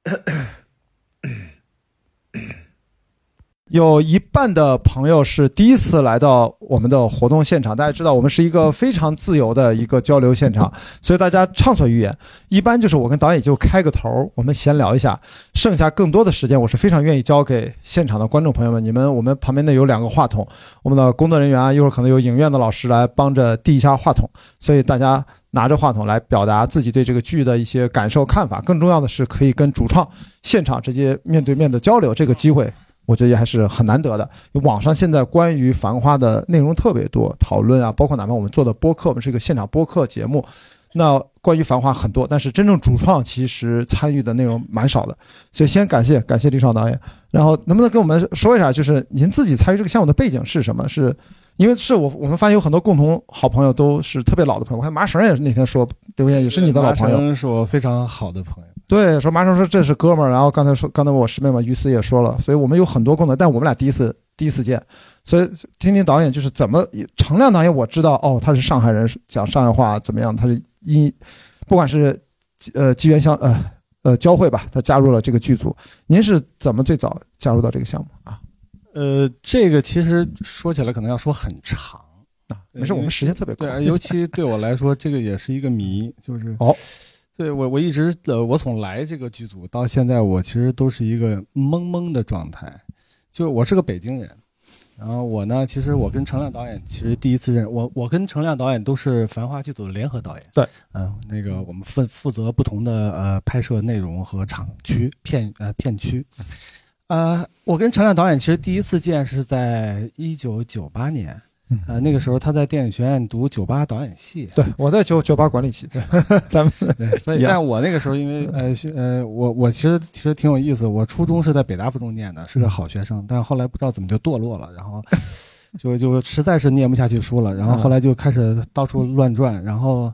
有一半的朋友是第一次来到我们的活动现场，大家知道我们是一个非常自由的一个交流现场，所以大家畅所欲言。一般就是我跟导演就开个头，我们闲聊一下，剩下更多的时间我是非常愿意交给现场的观众朋友们。我们旁边呢有2个话筒，我们的工作人员啊，一会儿可能有影院的老师来帮着递一下话筒，所以大家拿着话筒来表达自己对这个剧的一些感受看法，更重要的是可以跟主创现场直接面对面的交流，这个机会我觉得也还是很难得的。网上现在关于繁花的内容特别多，讨论啊，包括哪怕我们做的播客，我们是一个现场播客节目，那关于繁花很多，但是真正主创其实参与的内容蛮少的。所以先感谢李爽导演，然后能不能跟我们说一下，就是您自己参与这个项目的背景是什么？是因为是我们发现有很多共同好朋友都是特别老的朋友，我看麻绳也是那天说留言也是你的老朋友， 麻绳是我非常好的朋友。 对，说麻绳说这是哥们儿，然后刚才我师妹嘛于思也说了，所以我们有很多共同，但我们俩第一次见，所以听听导演就是怎么程亮导演我知道哦，他是上海人，讲上海话怎么样，他是不管是机缘交汇吧，他加入了这个剧组。您是怎么最早加入到这个项目啊？ 这个其实说起来可能要说很长啊，没事，我们时间特别快。 对，尤其对我来说，这个也是一个谜，就是对我一直我从来这个剧组到现在，我其实都是一个懵懵的状态。就我是个北京人，然后我呢，其实我跟程亮导演其实第一次认识我跟程亮导演都是《繁花》剧组的联合导演。 对， 那个我们负责不同的拍摄内容和场区片区。我跟程亮导演其实第一次见是在1998年。那个时候他在电影学院读98导演系， 对，我在98管理系，咱们对，所以但我那个时候因为我其实挺有意思，我初中是在北大附中念的，是个好学生，但后来不知道怎么就堕落了，然后就实在是念不下去书了，然后后来就开始到处乱转，然后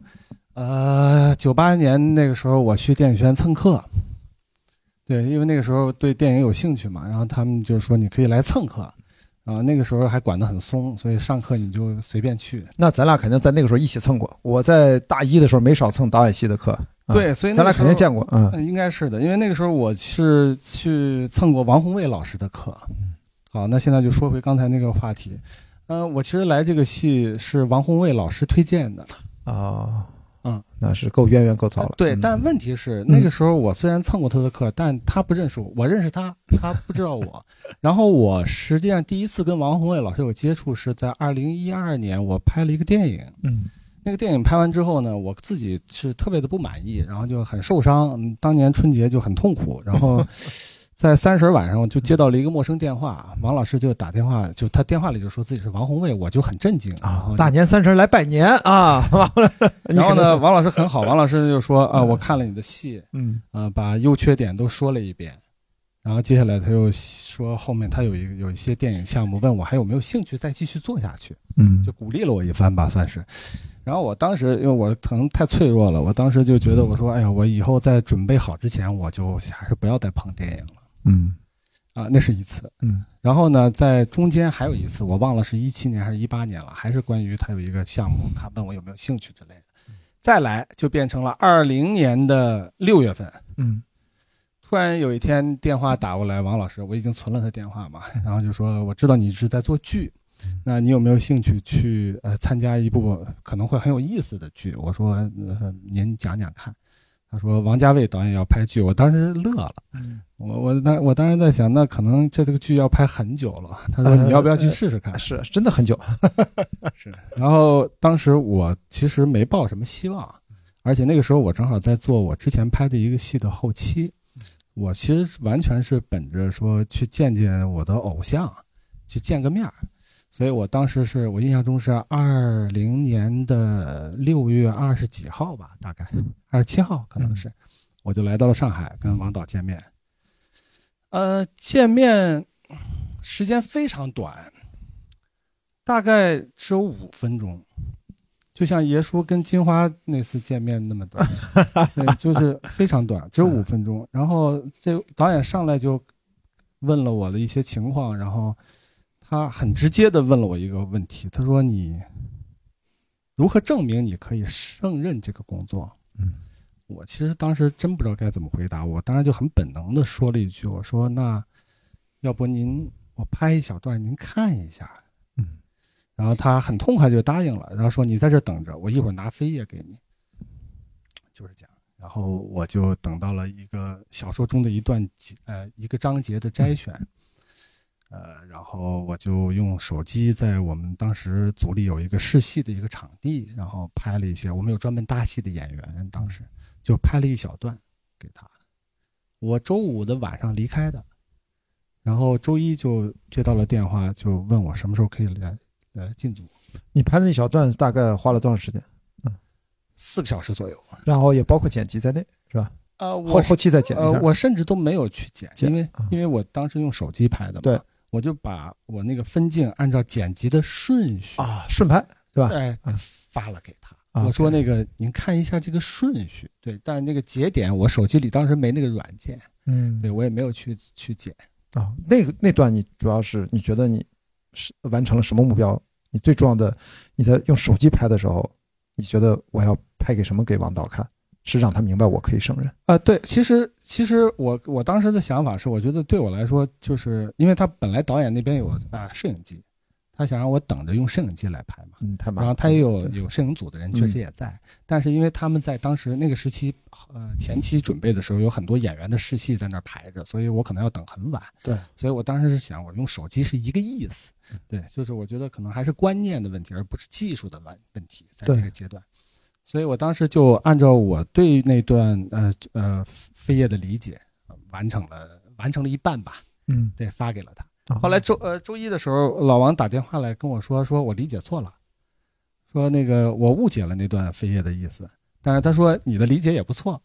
98年那个时候我去电影学院蹭课，对，因为那个时候对电影有兴趣嘛，然后他们就说你可以来蹭课。那个时候还管得很松，所以上课你就随便去。 那咱俩肯定在那个时候一起蹭过。我在大一的时候没少蹭导演系的课。 对，所以咱俩肯定见过。 应该是的，因为那个时候我是去蹭过王宏卫老师的课。好，那现在就说回刚才那个话题。我其实来这个戏是王宏卫老师推荐的。 那是够渊源够早了。 对，但问题是那个时候我虽然蹭过他的课，但他不认识我，我认识他，他不知道我。然后我实际上第一次跟王宏卫老师有接触是在2012年，我拍了一个电影。那个电影拍完之后呢，我自己是特别的不满意，然后就很受伤。当年春节就很痛苦，然后在30晚上我就接到了一个陌生电话，王老师就打电话，就他电话里就说自己是王宏卫，我就很震惊啊！大年30来拜年啊！ 然后呢，王老师很好，王老师就说我看了你的戏，把优缺点都说了一遍，然后接下来他又说后面他有一些电影项目，问我还有没有兴趣再继续做下去，就鼓励了我一番吧，算是。然后我当时因为我可能太脆弱了，我当时就觉得我说哎呀，我以后在准备好之前，我就还是不要再碰电影了。那是一次。然后呢，在中间还有一次，我忘了是17年还是18年了，还是关于他有一个项目，他问我有没有兴趣之类的。再来就变成了20年的6月份。突然有一天电话打过来，王老师，我已经存了他电话嘛，然后就说我知道你是在做剧，那你有没有兴趣去参加一部可能会很有意思的剧？我说您讲讲看。他说王家卫导演要拍剧，我当时乐了。我当时在想，那可能这个剧要拍很久了。他说你要不要去试试看？ 是真的很久。 是。然后当时我其实没抱什么希望，而且那个时候我正好在做我之前拍的一个戏的后期，我其实完全是本着说去见见我的偶像，去见个面。所以我当时我印象中是20年的6月20几号吧，大概27号可能是，我就来到了上海跟王导见面。见面时间非常短，大概只有5分钟，就像爷叔跟金花那次见面那么短。对，就是非常短，只有5分钟。然后这导演上来就问了我的一些情况，然后他很直接地问了我一个问题，他说你如何证明你可以胜任这个工作？ 我其实当时真不知道该怎么回答，我当时就很本能的说了一句，我说那要不我拍一小段您看一下。然后他很痛快就答应了，然后说你在这等着，我一会儿拿扉页给你，就是这样。然后我就等到了一个小说中的一个章节的摘选，然后我就用手机在我们当时组里有一个试戏的一个场地，然后拍了一些，我们有专门搭戏的演员，当时就拍了一小段给他。我周五的晚上离开的，然后周一就接到了电话，就问我什么时候可以来进组。 你拍的那小段大概花了多长时间 ？4个小时左右， 然后也包括剪辑在内，是吧？后期再剪一下。 我甚至都没有去剪，因为我当时用手机拍的嘛， 对， 我就把我那个分镜按照剪辑的顺序顺拍，对吧？ 发了给他。我说那个您看一下这个顺序，对，但是那个节点我手机里当时没那个软件，对我也没有去剪。 那段你主要是你觉得你是完成了什么目标？你最重要的，你在用手机拍的时候，你觉得我要拍给什么给王导看？是让他明白我可以胜任对，其实我当时的想法是，我觉得对我来说，就是因为他本来导演那边有摄影机，他想让我等着用摄影机来拍嘛， 太麻烦。 然后他也有摄影组的人确实也在，但是因为他们在当时那个时期前期准备的时候，有很多演员的试戏在那儿排着，所以我可能要等很晚。 对， 所以我当时是想，我用手机是一个意思。对，就是我觉得可能还是观念的问题，而不是技术的问题，在这个阶段。所以我当时就按照我对那段扉页的理解，完成了一半吧。对，发给了他。后来周一的时候，老王打电话来跟我说我理解错了，说那个我误解了那段扉页的意思，但是他说你的理解也不错，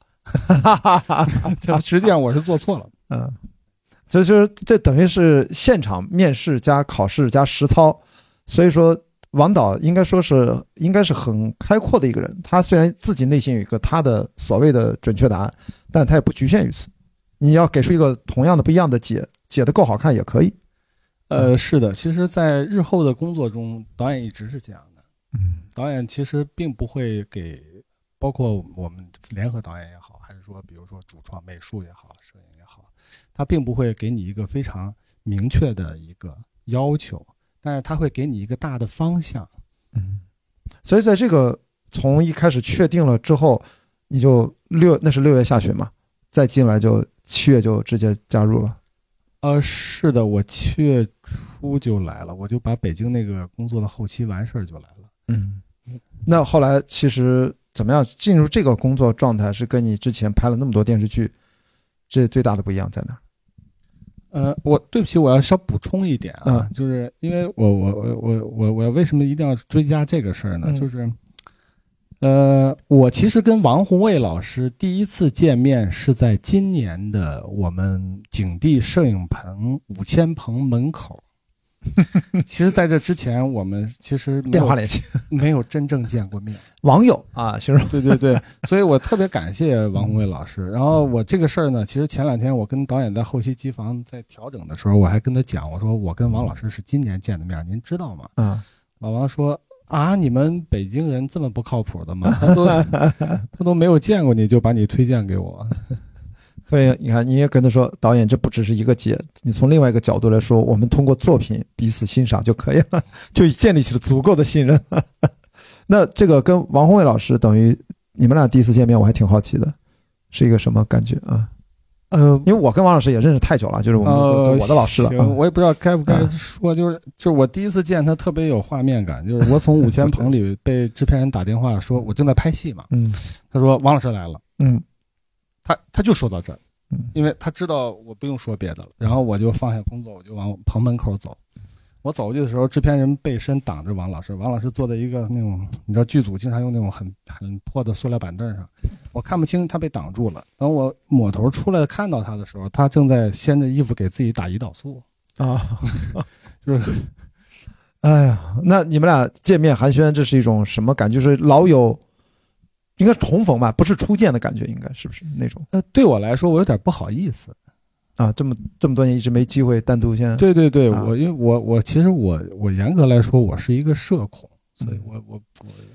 实际上我是做错了。 这等于是现场面试加考试加实操，所以说王导应该是很开阔的一个人。他虽然自己内心有一个他的所谓的准确答案，但他也不局限于此。你要给出一个同样的不一样的解得够好看也可以。 是的，其实在日后的工作中，导演一直是这样的。导演其实并不会给，包括我们联合导演也好，还是说比如说主创美术也好，摄影也好，他并不会给你一个非常明确的一个要求，但是他会给你一个大的方向。 所以在这个从一开始确定了之后，你就那是6月下旬嘛，再进来就7月就直接加入了。 是的，我7月初就来了，我就把北京那个工作的后期完事儿就来了。 那后来其实怎么样进入这个工作状态，是跟你之前拍了那么多电视剧，这最大的不一样在哪？ 对不起，我要稍补充一点就是因为我为什么一定要追加这个事儿呢？就是我其实跟王宏卫老师第一次见面是在今年的我们景帝摄影棚5000棚门口。其实在这之前我们其实电话联系没有真正见过面， 网友形容。 对，所以我特别感谢王宏卫老师。然后我这个事儿呢，其实前2天我跟导演在后期机房在调整的时候，我还跟他讲，我说我跟王老师是今年见的面，您知道吗？老王说你们北京人这么不靠谱的吗？他都没有见过你就把你推荐给我。 所以你看，你也跟他说，导演这不只是一个解，你从另外一个角度来说，我们通过作品彼此欣赏就可以了，就建立起了足够的信任。那这个跟王宏卫老师等于你们俩第一次见面，我还挺好奇的，是一个什么感觉啊？因为我跟王老师也认识太久了，就是我的老师了。 行，我也不知道该不该说，就是我第一次见他特别有画面感，就是我从5000棚里被制片人打电话说我正在拍戏嘛，他说王老师来了，他就说到这儿，因为他知道我不用说别的了，然后我就放下工作，我就往棚门口走。我走过去的时候，制片人背身挡着王老师，王老师坐在一个那种你知道剧组经常用那种很破的塑料板凳上，我看不清，他被挡住了。等我抹头出来看到他的时候，他正在掀着衣服给自己打胰岛素就是哎呀，那你们俩见面寒暄，这是一种什么感觉？就是老友应该重逢吧，不是初见的感觉，应该是不是那种？ 对我来说，我有点不好意思这么多年一直没机会单独见。 对，因为我其实我严格来说，我是一个社恐，所以我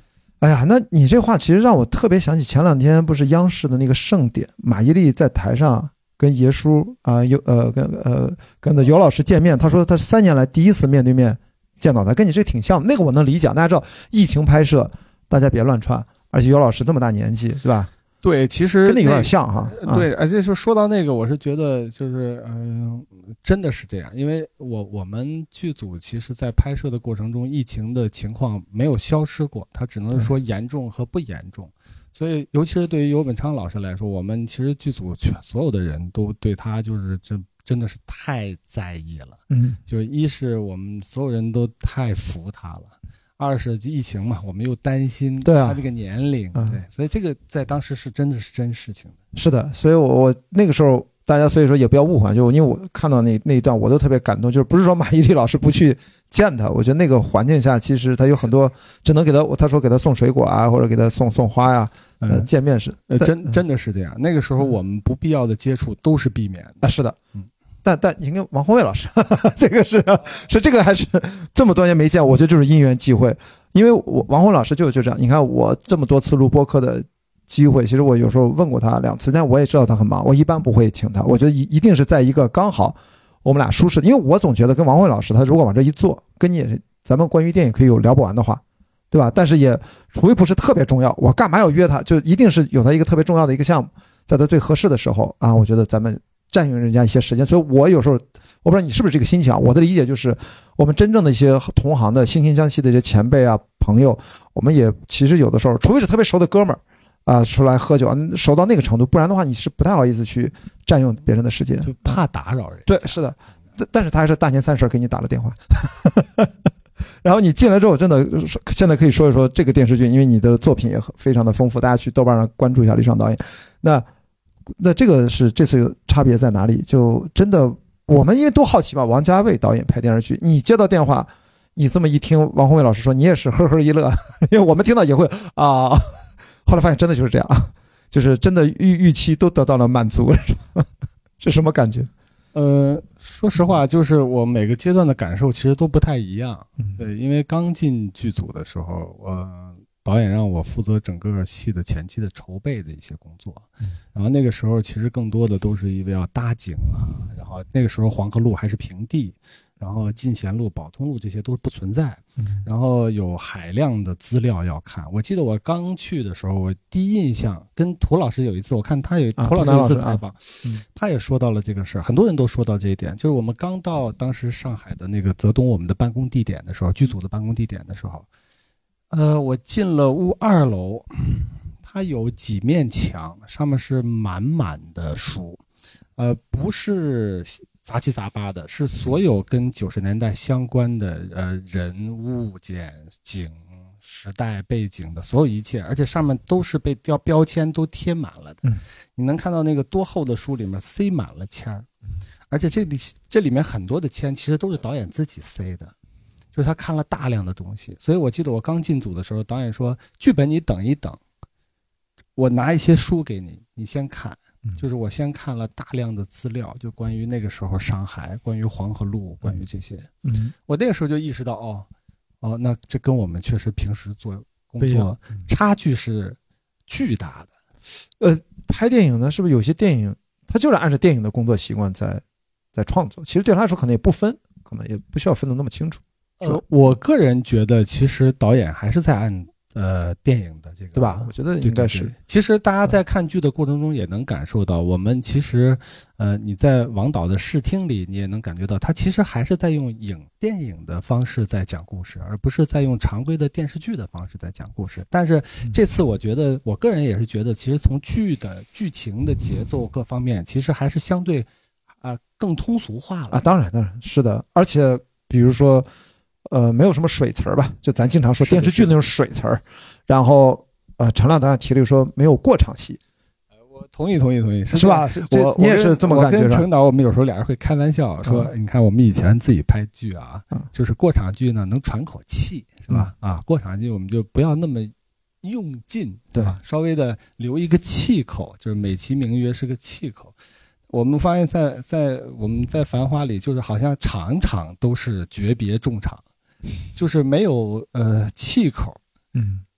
哎呀，那你这话其实让我特别想起前2天不是央视的那个盛典，马伊琍在台上跟爷叔啊跟尤老师见面，他说他3年来第一次面对面见到他，跟你这挺像的。那个我能理解，大家知道疫情拍摄，大家别乱窜，而且尤老师这么大年纪，对吧？ 对，其实跟那有点像哈。 对，而且说到那个，我是觉得就是真的是这样，因为我们剧组其实在拍摄的过程中，疫情的情况没有消失过，它只能说严重和不严重。所以，尤其是对于尤本昌老师来说，我们其实剧组所有的人都对他就是真的是太在意了。就是一是我们所有人都太服他了。2是疫情嘛，我们又担心他这个年龄，对，所以这个在当时是真的是真事情的。 是的，所以我那个时候大家所以说也不要误会，就因为我看到那一段我都特别感动，就是不是说马伊琍老师不去见他，我觉得那个环境下其实他有很多只能给他说给他送水果啊，或者给他送花呀，见面是真的是这样。那个时候我们不必要的接触都是避免的。 是的。但你跟王宏伟老师这个是这个还是这么多年没见，我觉得就是因缘际会。因为王宏伟老师就这样，你看我这么多次录播客的机会，其实我有时候问过他2次，但我也知道他很忙，我一般不会请他。我觉得一定是在一个刚好我们俩舒适的，因为我总觉得跟王宏伟老师他如果往这一坐，跟你也咱们关于电影可以有聊不完的话，对吧？但是也除非不是特别重要，我干嘛要约他？就一定是有他一个特别重要的一个项目，在他最合适的时候啊，我觉得咱们占用人家一些时间。所以我有时候我不知道你是不是这个心情啊，我的理解就是我们真正的一些同行的惺惺相惜的一些前辈啊朋友，我们也其实有的时候除非是特别熟的哥们儿啊出来喝酒啊，熟到那个程度，不然的话你是不太好意思去占用别人的时间， 就怕打扰人。 对，是的。但是他还是大年30给你打了电话然后你进来之后真的现在可以说一说这个电视剧，因为你的作品也非常的丰富，大家去豆瓣上关注一下李爽导演。那这个是这次差别在哪里？就真的我们因为都好奇嘛，王家卫导演拍电视剧，你接到电话，你这么一听王宏伟老师说，你也是呵呵一乐，因为我们听到也会啊，后来发现真的就是这样，就是真的预期都得到了满足，是什么感觉？ 说实话，就是我每个阶段的感受其实都不太一样。对，因为刚进剧组的时候，导演让我负责整个戏的前期的筹备的一些工作，然后那个时候其实更多的都是因为要搭景啊，然后那个时候黄河路还是平地，然后进贤路、宝通路这些都不存在，然后有海量的资料要看。我记得我刚去的时候，我第一印象跟涂老师有一次，我看他涂老师有一次采访，他也说到了这个事儿，很多人都说到这一点，就是我们刚到当时上海的那个泽东我们的办公地点的时候，剧组的办公地点的时候。我进了屋2楼，它有几面墙，上面是满满的书，不是杂七杂八的，是所有跟90年代相关的人物件、景、时代背景的所有一切，而且上面都是被标签都贴满了的。你能看到那个多厚的书里面塞满了签儿，而且这里面很多的签其实都是导演自己塞的。就是他看了大量的东西，所以我记得我刚进组的时候，导演说剧本你等一等，我拿一些书给你，你先看。就是我先看了大量的资料，就关于那个时候上海，关于黄河路，关于这些。我那个时候就意识到，那这跟我们确实平时做工作差距是巨大的。 拍电影呢，是不是有些电影他就是按照电影的工作习惯在创作？其实对他来说可能也不分，可能也不需要分得那么清楚。 我个人觉得，其实导演还是在按电影的这个， 对吧？我觉得应该是。 对，其实大家在看剧的过程中也能感受到，我们其实你在王导的视听里，你也能感觉到，他其实还是在用电影的方式在讲故事，而不是在用常规的电视剧的方式在讲故事。但是这次我觉得，我个人也是觉得，其实从剧的剧情的节奏各方面，其实还是相对更通俗化了。 当然是的，而且比如说。没有什么水词儿吧，就咱经常说电视剧那种水词儿，然后陈亮导演提了说没有过场戏， 我同意， 是吧？你也是这么感觉？ 我跟陈导我们有时候俩人会开玩笑说，你看我们以前自己拍剧啊，就是过场剧呢能喘口气，是吧？过场剧我们就不要那么用劲，对吧？稍微的留一个气口，就是美其名曰是个气口。我们发现我们在《繁花》里，就是好像场场都是诀别重场。就是没有气口，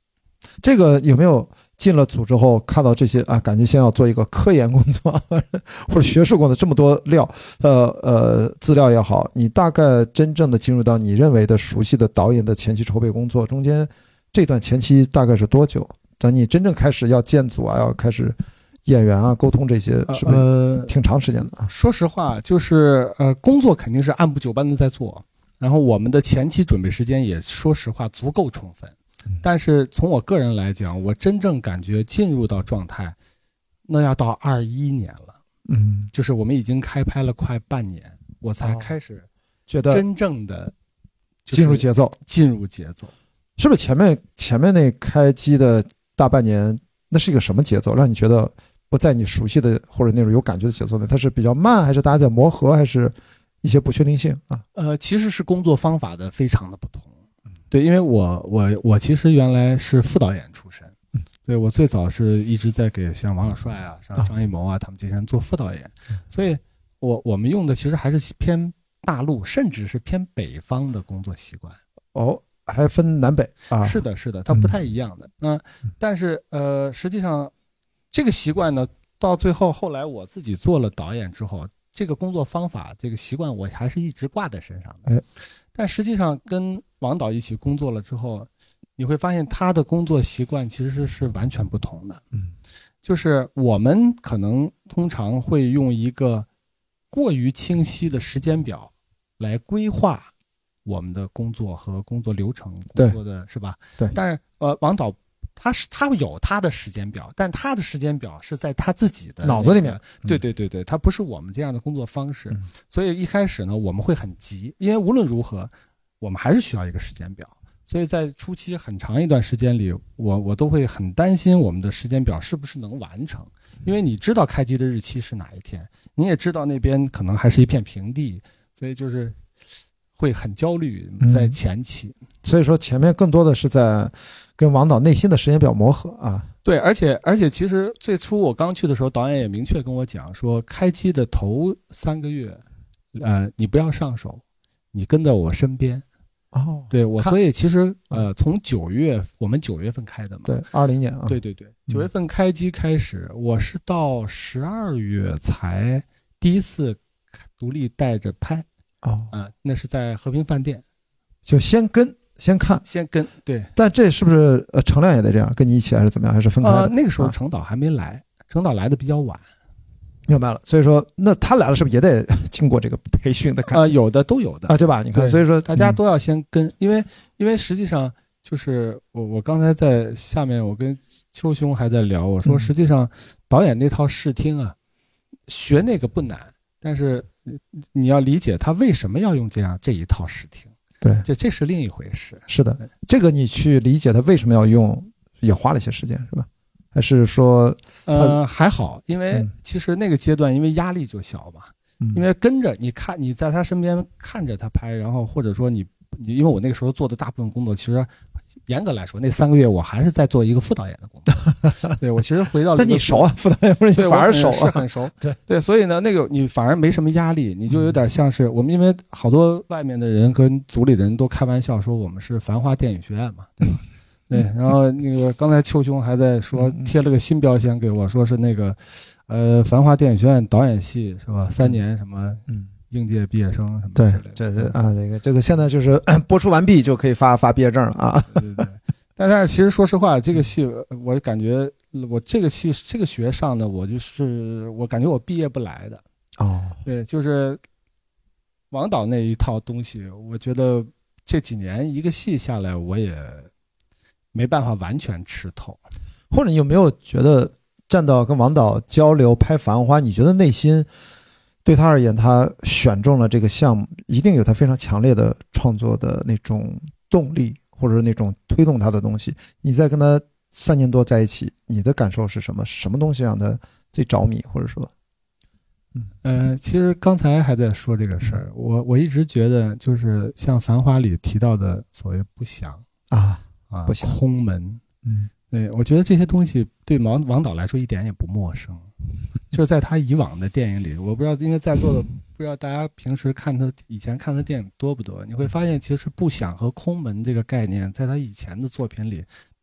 这个有没有进了组之后看到这些啊，感觉先要做一个科研工作或者学术工作，这么多料，资料也好，你大概真正的进入到你认为的熟悉的导演的前期筹备工作中间，这段前期大概是多久？等你真正开始要建组啊，要开始演员啊沟通这些，是不是挺长时间的啊？ 说实话，就是工作肯定是按部就班的在做，然后我们的前期准备时间也说实话足够充分。但是从我个人来讲，我真正感觉进入到状态，那要到21年了。就是我们已经开拍了快半年，我才开始觉得真正的进入节奏。 是不是前面那开机的大半年，那是一个什么节奏，让你觉得不在你熟悉的或者那种有感觉的节奏呢？它是比较慢，还是大家在磨合，还是一些不确定性啊？ 其实是工作方法的非常的不同。对，因为我其实原来是副导演出身，对，我最早是一直在给像王小帅啊、像张艺谋啊他们这些人做副导演，所以我们用的其实还是偏大陆，甚至是偏北方的工作习惯。 哦，还分南北啊？ 是的，它不太一样的。但是实际上这个习惯呢，到最后来我自己做了导演之后，这个工作方法、这个习惯我还是一直挂在身上的。但实际上跟王导一起工作了之后，你会发现他的工作习惯其实是完全不同的。就是我们可能通常会用一个过于清晰的时间表来规划我们的工作和工作流程，工作的是吧？ 对。 但是王导他有他的时间表，但他的时间表是在他自己的脑子里面。 对，他不是我们这样的工作方式。所以一开始呢，我们会很急，因为无论如何我们还是需要一个时间表。所以在初期很长一段时间里，我都会很担心我们的时间表是不是能完成，因为你知道开机的日期是哪一天，你也知道那边可能还是一片平地，所以就是会很焦虑在前期。 所以说前面更多的是在跟王导内心的时间表磨合啊。 对，而且其实最初我刚去的时候，导演也明确跟我讲说，开机的头3个月，你不要上手，你跟在我身边。对，我所以其实从9月，我们9月份开的嘛。 对，20年啊。 对，9月份开机开始，我是到12月才第一次独立带着拍。那是在和平饭店， 就先看， 对。 但这是不是程亮也得这样跟你一起，还是怎么样，还是分开的？ 那个时候程导还没来，程导来的比较晚。 明白了，所以说那他来了是不是也得经过这个培训的？ 有的都有的啊，对吧？你看，所以说大家都要先跟，因为实际上就是我刚才在下面，我跟邱兄还在聊，我说实际上导演那套视听啊，学那个不难，但是你要理解他为什么要用这一套视听。 对， 这是另一回事。 是的，这个你去理解他为什么要用，也花了一些时间，是吧？还是说还好，因为其实那个阶段因为压力就小嘛，因为跟着你看，你在他身边看着他拍，然后或者说你因为我那个时候做的大部分工作，其实严格来说那3个月我还是在做一个副导演的工作。对，我其实回到但你熟啊，副导演不是反而熟啊， 是很熟。对，所以呢，那个你反而没什么压力，你就有点像是我们，因为好多外面的人跟组里的人都开玩笑说我们是繁华电影学院嘛，对吧？对，然后那个刚才邱兄还在说贴了个新标签给我，说是那个繁华电影学院导演系是吧？3年什么应届毕业生什么之类的。 对，这个现在就是播出完毕就可以发毕业证了啊。 对。但是其实说实话，这个戏我感觉我这个戏这个学上的我感觉我毕业不来的。对，就是王导那一套东西，我觉得这几年一个戏下来，我也没办法完全吃透。 或者你有没有觉得站到跟王导交流拍《繁花》，你觉得内心对他而言，他选中了这个项目，一定有他非常强烈的创作的那种动力，或者是那种推动他的东西？你在跟他3年多在一起，你的感受是什么？什么东西让他最着迷，或者说？ 其实刚才还在说这个事儿，我一直觉得就是像《繁花》里提到的所谓不祥不祥、空门，对，我觉得这些东西对王导来说一点也不陌生，就是在他以往的电影里，我不知道，因为在座的不知道大家平时以前看的电影多不多，你会发现其实不祥和空门这个概念在他以前的作品里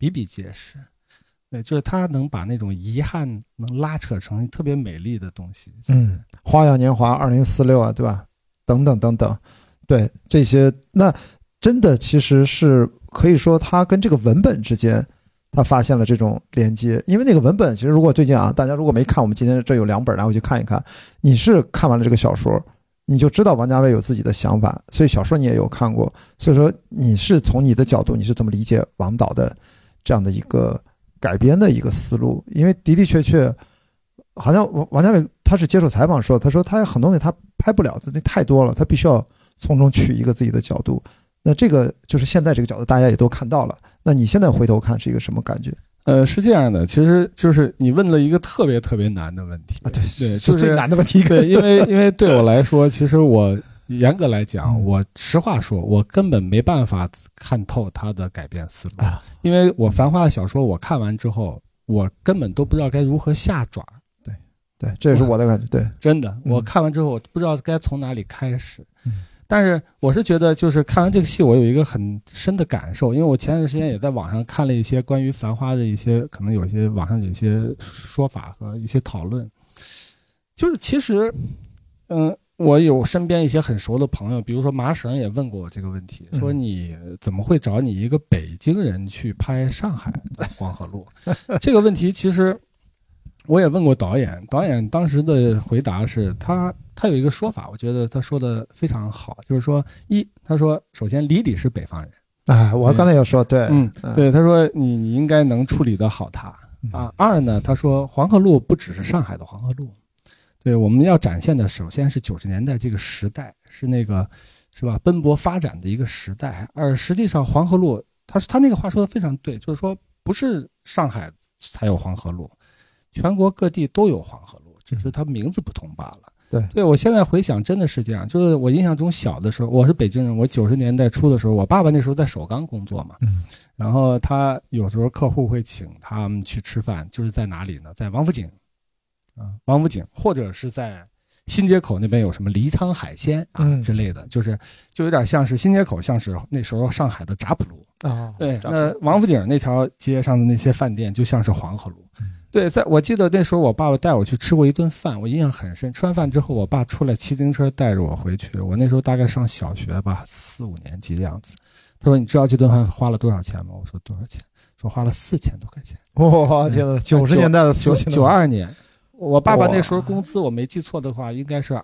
比比皆是。对，就是他能把那种遗憾能拉扯成特别美丽的东西。 花样年华2046啊，对吧？等等等等，对这些，那真的其实是可以说他跟这个文本之间，他发现了这种连接。因为那个文本，其实如果最近啊，大家如果没看，我们今天这有2本，然后去看一看。你是看完了这个小说，你就知道王家卫有自己的想法，所以小说你也有看过，所以说你是从你的角度，你是怎么理解王导的这样的一个改编的一个思路？因为的的确确，好像王家卫他是接受采访说，他说他很多东西他拍不了，那太多了，他必须要从中取一个自己的角度。那这个就是现在这个角度，大家也都看到了。那你现在回头看是一个什么感觉？ 是这样的，其实就是你问了一个特别特别难的问题啊，对对， 就是最难的问题。 对，因为对我来说，其实我严格来讲，我实话说，我根本没办法看透他的改变思路，因为我《繁花》的小说我看完之后，我根本都不知道该如何下爪。 对，这也是我的感觉。对， 真的，我看完之后，我不知道该从哪里开始。但是我是觉得，就是看完这个戏，我有一个很深的感受，因为我前段时间也在网上看了一些关于《繁花》的一些，可能有一些网上有一些说法和一些讨论，就是其实，我有身边一些很熟的朋友，比如说麻省也问过我这个问题，说你怎么会找你一个北京人去拍上海的黄河路？这个问题其实我也问过导演当时的回答是他有一个说法，我觉得他说的非常好，就是说他说首先李是北方人啊，我刚才也说对， 对，他说你应该能处理得好他啊。二呢，他说黄河路不只是上海的黄河路，对，我们要展现的首先是90年代这个时代，是那个是吧奔波发展的一个时代，而实际上黄河路他那个话说的非常对，就是说不是上海才有黄河路，全国各地都有黄河路，只是它名字不同罢了。对，我现在回想真的是这样，就是我印象中小的时候，我是北京人，我90年代初的时候，我爸爸那时候在首钢工作嘛，然后他有时候客户会请他们去吃饭，就是在哪里呢？在王府井王府井，或者是在新街口那边有什么黎昌海鲜之类的，就有点像是新街口，像是那时候上海的扎普路对，那王府井那条街上的那些饭店就像是黄河路。对，我记得那时候我爸爸带我去吃过一顿饭，我印象很深。吃完饭之后，我爸出来骑自行车带着我回去。我那时候大概上小学吧，4、5年级的样子。他说：“你知道这顿饭花了多少钱吗？”我说：“多少钱？”说花了4000多块钱。 哇，天哪！90年代的 92年，我爸爸那时候工资我没记错的话，应该是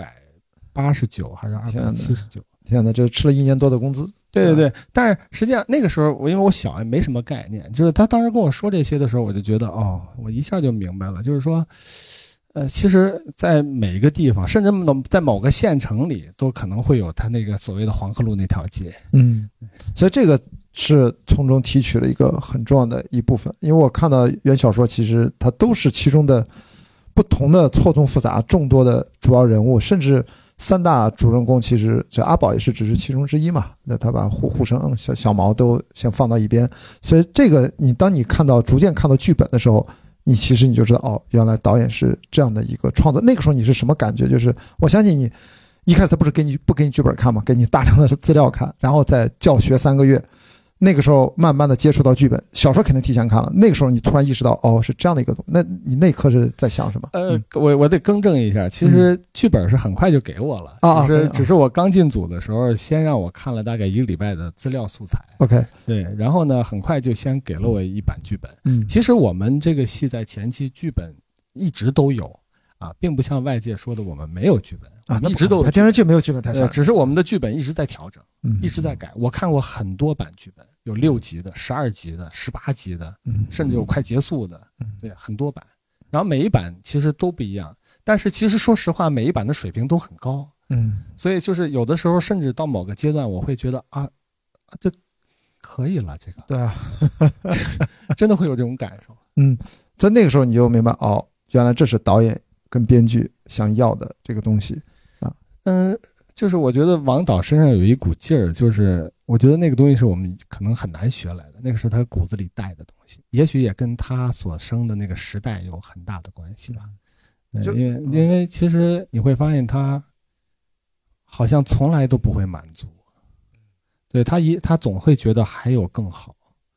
289还是279。 天哪，这吃了1年多的工资。 对，但是实际上那个时候因为我小也没什么概念，就是他当时跟我说这些的时候，我就觉得我一下就明白了，就是说其实在每一个地方，甚至在某个县城里都可能会有他那个所谓的黄河路那条街。 所以这个是从中提取了一个很重要的一部分。因为我看到原小说其实它都是其中的不同的错综复杂众多的主要人物，甚至3大主人公，其实这阿宝也是只是其中之一嘛。那他把护生小毛都先放到一边，所以这个当你逐渐看到剧本的时候，你其实你就知道原来导演是这样的一个创作。那个时候你是什么感觉？就是我相信你一开始他不是不给你剧本看吗？给你大量的资料看，然后再教学3个月。那个时候慢慢的接触到剧本，小说肯定提前看了。那个时候你突然意识到是这样的一个东西，那你那一刻是在想什么？ 我得更正一下，其实剧本是很快就给我了，只是我刚进组的时候，先让我看了大概1个礼拜的资料素材。 OK， 对，然后呢，很快就先给了我一版剧本。其实我们这个戏在前期剧本一直都有并不像外界说的我们没有剧本那一直都有。 电视剧没有剧本太少， 只是我们的剧本一直在调整，一直在改。我看过很多版剧本，有6集的、12集的、18集的，甚至有快结束的，对，很多版。然后每一版其实都不一样，但是其实说实话，每一版的水平都很高。所以就是有的时候，甚至到某个阶段，我会觉得这可以了，这个对啊， 真的会有这种感受。 在那个时候你就明白原来这是导演跟编剧想要的这个东西就是我觉得王导身上有一股劲儿，就是我觉得那个东西是我们可能很难学来的，那个是他骨子里带的东西，也许也跟他所生的那个时代有很大的关系吧。因为其实你会发现他好像从来都不会满足，对他总会觉得还有更好，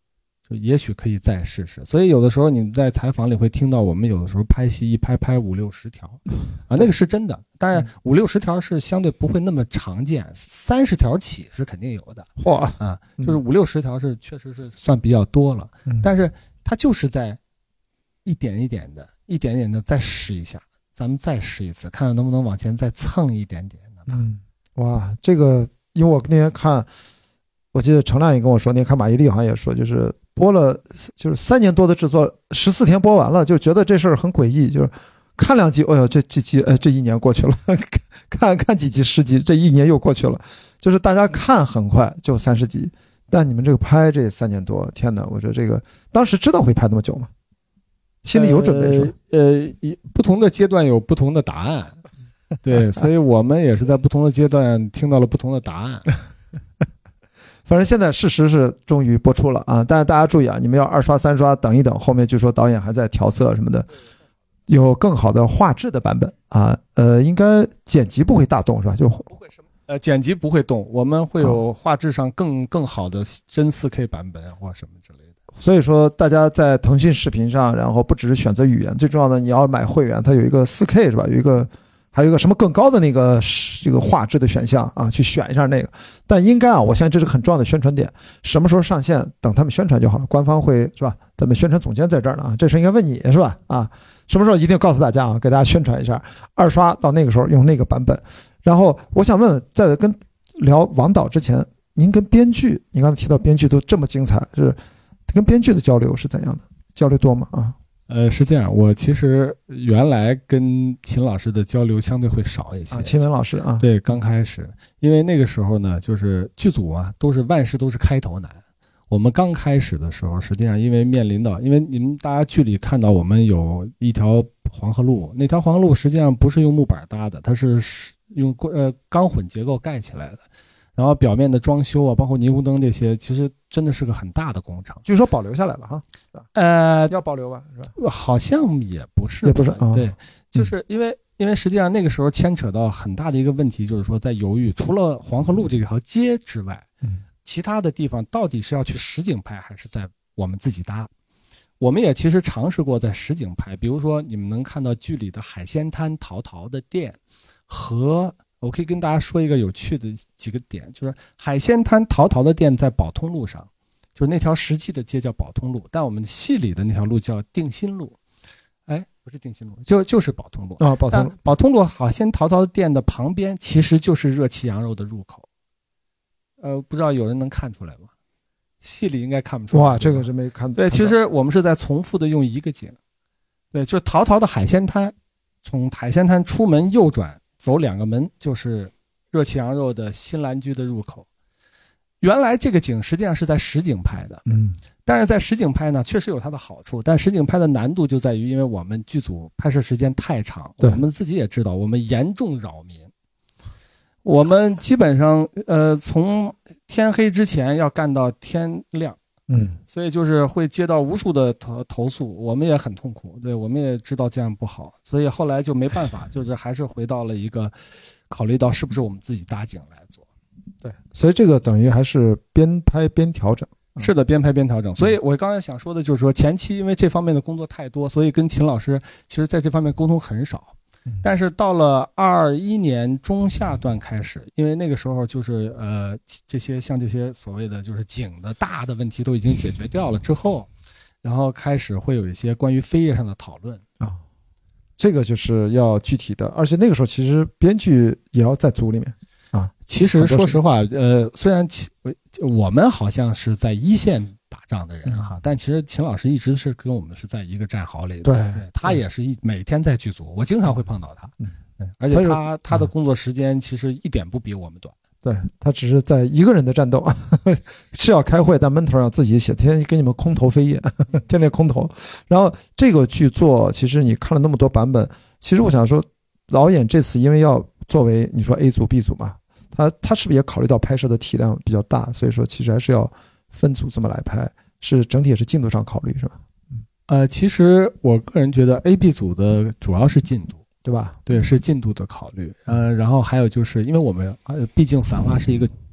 就也许可以再试试。所以有的时候你在采访里会听到我们有的时候拍戏一拍5、60条啊，那个是真的。当然5、60条是相对不会那么常见，30条起是肯定有的。 嚯啊，就是5、60条是确实是算比较多了，但是它就是在一点一点的再试一下，咱们再试一次，看看能不能往前再蹭一点点的。 哇，这个因为我那天看。我记得程亮也跟我说，那看马伊琍好像也说，就是播了，就是3年多的制作，14天播完了，就觉得这事儿很诡异，就是看2集，哎呦，这1年过去了，看几集10集，这1年又过去了，就是大家看很快就30集，但你们这个拍这3年多，天哪，我说这个当时知道会拍那么久吗？心里有准备是吧？ 不同的阶段有不同的答案，对，所以我们也是在不同的阶段听到了不同的答案。 反正现在事实是终于播出了啊！但是大家注意啊，你们要2刷3刷等一等，后面据说导演还在调色什么的，有更好的画质的版本啊。应该剪辑不会大动是吧？就不会什么剪辑不会动，我们会有画质上更好的真 4K 版本或什么之类的。 所以说大家在腾讯视频上，然后不只是选择语言，最重要的你要买会员，它有一个 4K 是吧？还有一个什么更高的那个这个画质的选项啊，去选一下那个。但应该啊，我相信这是很重要的宣传点。什么时候上线，等他们宣传就好了。官方会是吧？咱们宣传总监在这儿呢啊，这事应该问你是吧？啊，什么时候一定告诉大家啊，给大家宣传一下。2刷到那个时候用那个版本。然后我想问问，在跟聊王导之前，您跟编剧，你刚才提到编剧都这么精彩，是跟编剧的交流是怎样的？交流多吗？啊？ 是这样，我其实原来跟秦老师的交流相对会少一些。 秦文老师啊， 对，刚开始，因为那个时候呢，就是剧组啊，万事都是开头难。我们刚开始的时候，实际上因为面临到，因为你们大家剧里看到我们有一条黄河路，那条黄河路实际上不是用木板搭的，它是用钢混结构盖起来的。然后表面的装修啊，包括霓虹灯这些，其实真的是个很大的工程。 据说保留下来了哈，要保留吧，是吧？ 好像也不是，对，就是因为实际上那个时候牵扯到很大的一个问题，就是说在犹豫，除了黄河路这条街之外，其他的地方到底是要去实景拍，还是在我们自己搭？我们也其实尝试过在实景拍，比如说你们能看到剧里的海鲜摊陶陶的店和。我可以跟大家说一个有趣的几个点，就是海鲜摊陶陶的店在宝通路上，就是那条实际的街叫宝通路，但我们戏里的那条路叫定心路。不是定心路，就是宝通路啊。 宝通路海鲜陶陶店的旁边其实就是热气羊肉的入口。不知道有人能看出来吗？戏里应该看不出来。 哇，这个是没看。 对，其实我们是在重复的用一个景。对，就是陶陶的海鲜摊，从海鲜摊出门右转。走2个门就是热气羊肉的新兰居的入口。原来这个景实际上是在实景拍的，但是在实景拍呢，确实有它的好处，但实景拍的难度就在于，因为我们剧组拍摄时间太长，我们自己也知道，我们严重扰民。我们基本上从天黑之前要干到天亮。所以就是会接到无数的投诉，我们也很痛苦，对，我们也知道这样不好，所以后来就没办法，就是还是回到了一个考虑到是不是我们自己搭景来做。 对，所以这个等于还是边拍边调整。 是的，边拍边调整。所以我刚才想说的就是说，前期因为这方面的工作太多，所以跟秦老师其实在这方面沟通很少。但是到了21年中下段开始，因为那个时候就是这些所谓的就是景的大的问题都已经解决掉了之后，然后开始会有一些关于扉页上的讨论啊，这个就是要具体的，而且那个时候其实编剧也要在组里面啊。 其实说实话，虽然我们好像是在一线打仗的人哈，但其实秦老师一直是跟我们是在一个战壕里的。 对， 他也是每天在剧组，我经常会碰到他。而且他的工作时间其实一点不比我们短。 对，他只是在一个人的战斗，是要开会，但闷头要自己写，天天给你们空投扉页，天天空投。然后这个剧作，其实你看了那么多版本，其实我想说，导演这次因为要作为你说 A 组 B 组嘛，他是不是也考虑到拍摄的体量比较大，所以说其实还是要分组这么来拍，是整体也是进度上考虑是吧？ 其实我个人觉得 A、B 组的主要是进度。 对吧？ 对，是进度的考虑。然后还有就是因为我们毕竟《繁花》是一个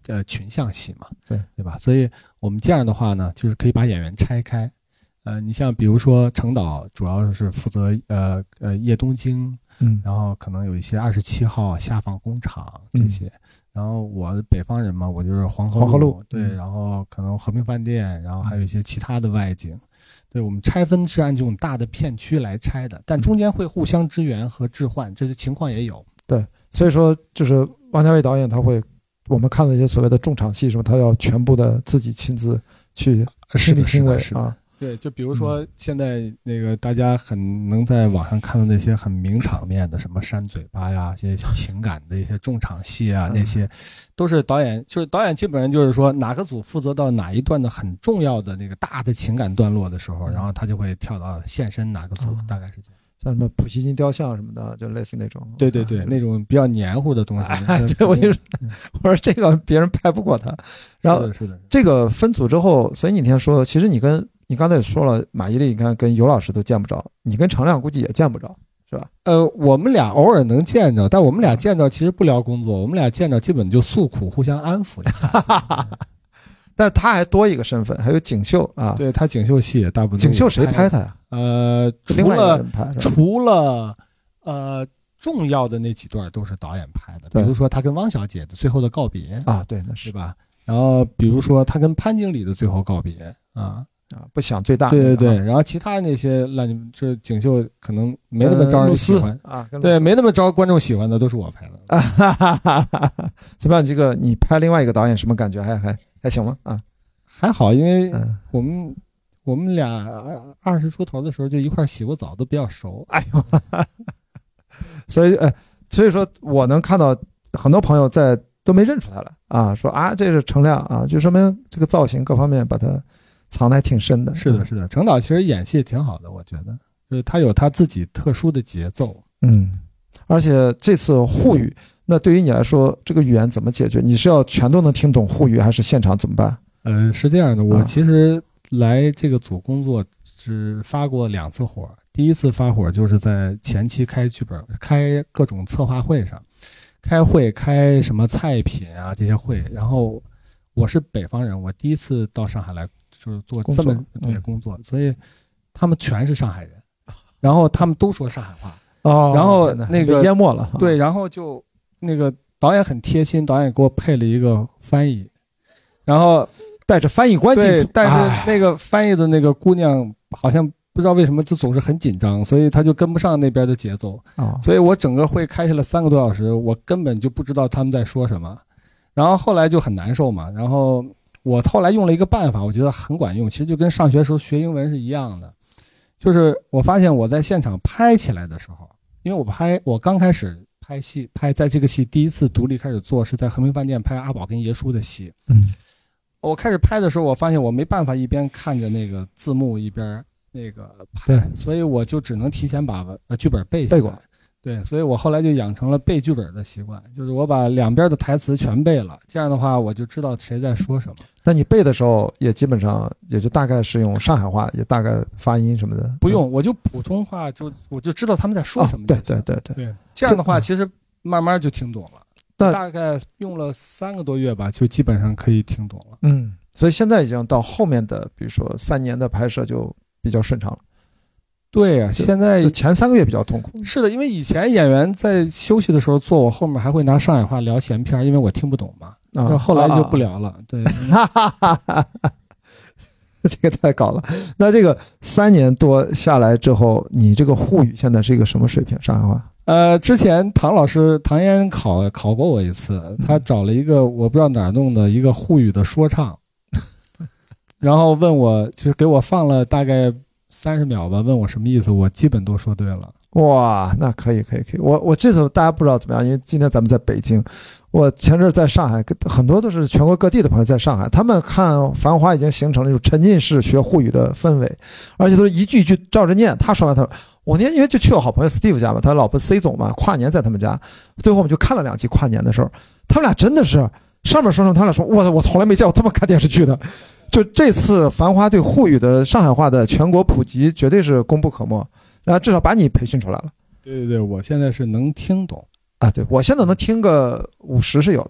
群像戏嘛，对吧？所以我们这样的话呢，就是可以把演员拆开。你像比如说程导主要是负责夜东京，然后可能有一些27号下放工厂这些，然后我北方人嘛，我就是黄河路，对，然后可能和平饭店，然后还有一些其他的外景。对，我们拆分是按这种大的片区来拆的，但中间会互相支援和置换，这些情况也有。 对，所以说就是王家卫导演他会，我们看的一些所谓的重场戏什么，他要全部的自己亲自去亲力亲为啊。 对，就比如说现在那个大家很能在网上看到那些很名场面的，什么扇嘴巴呀，这些情感的一些重场戏啊，那些都是导演，就是导演基本上就是说哪个组负责到哪一段的很重要的那个大的情感段落的时候，然后他就会跳到现身哪个组，大概是这样。 像什么普希金雕像什么的，就类似那种。 对对对，那种比较黏糊的东西。 对，我说这个别人拍不过他。然后是的， 这个分组之后，所以你那天说，其实你刚才也说了，马伊琍你看跟尤老师都见不着，你跟程亮估计也见不着，是吧？ 我们俩偶尔能见着，但我们俩见着其实不聊工作，我们俩见着基本就诉苦，互相安抚一下。 但是他还多一个身份，还有锦绣啊。 对，他锦绣戏也大部分。 锦绣谁拍他呀？ 除了重要的那几段都是导演拍的，比如说他跟汪小姐的最后的告别啊，对，那是吧？然后比如说他跟潘经理的最后告别不想最大。 对，然后其他那些这锦绣可能没那么招人喜欢啊， 对，没那么招观众喜欢的都是我拍的。 怎么样？这个你拍另外一个导演什么感觉？还行吗？啊， 还好，因为我们俩20出头的时候就一块洗过澡，都比较熟。 哎呦，所以说我能看到很多朋友都没认出他来啊，说啊这是程亮啊，就说明这个造型各方面把他藏得还挺深的。 是的，程导其实演戏挺好的，我觉得就是他有他自己特殊的节奏。 而且这次沪语，那对于你来说，这个语言怎么解决？你是要全都能听懂沪语，还是现场怎么办？ 是这样的，我其实来这个组工作只发过2次火。第一次发火就是在前期开剧本、开各种策划会上，开什么菜品啊这些会。然后我是北方人，我第一次到上海来就是做这么工作，所以他们全是上海人，然后他们都说上海话。然后那个淹没了。 对，然后就那个导演很贴心，导演给我配了一个翻译，然后带着翻译官进组。 但是那个翻译的那个姑娘好像不知道为什么就总是很紧张，所以她就跟不上那边的节奏。所以我整个会开下了3个多小时，我根本就不知道他们在说什么。然后后来就很难受嘛，然后我后来用了一个办法，我觉得很管用，其实就跟上学时候学英文是一样的。就是我发现我在现场拍起来的时候，因为我刚开始拍在这个戏第一次独立开始做是在和平饭店拍阿宝跟爷叔的戏。我开始拍的时候，我发现我没办法一边看着那个字幕一边那个拍，所以我就只能提前把剧本背过来。对，所以我后来就养成了背剧本的习惯，就是我把两边的台词全背了，这样的话我就知道谁在说什么。 那你背的时候也基本上也就大概是用上海话，也大概发音什么的？ 不用，我就普通话，我就知道他们在说什么。 对， 这样的话其实慢慢就听懂了。大概用了3个多月吧，就基本上可以听懂了。 所以现在已经到后面的，比如说3年的拍摄就比较顺畅了。 对呀，现在就前3个月比较痛苦。 是的，因为以前演员在休息的时候坐我后面还会拿上海话聊闲篇，因为我听不懂嘛。后来就不聊了。对， 这个太搞了。那这个3年多下来之后，你这个沪语现在是一个什么水平？上海话？ 之前唐嫣考过我一次，他找了一个我不知道哪儿弄的一个沪语的说唱，然后问我，就是给我放了大概30秒吧，问我什么意思，我基本都说对了。 哇，那可以。我这次大家不知道怎么样，因为今天咱们在北京，我前阵在上海，很多都是全国各地的朋友在上海，他们看《繁花》已经形成了一种沉浸式学沪语的氛围，而且都是一句一句照着念。他说完，他说我那天因为就去我好朋友 Steve 家嘛，他老婆 C 总嘛，跨年在他们家，最后我们就看了2集跨年的时候，他们俩真的是上面说他俩说我从来没见过这么看电视剧的。就这次《繁花》对沪语的上海话的全国普及绝对是功不可没，然后至少把你培训出来了。 对，我现在是能听懂啊，对，我现在能听个50是有的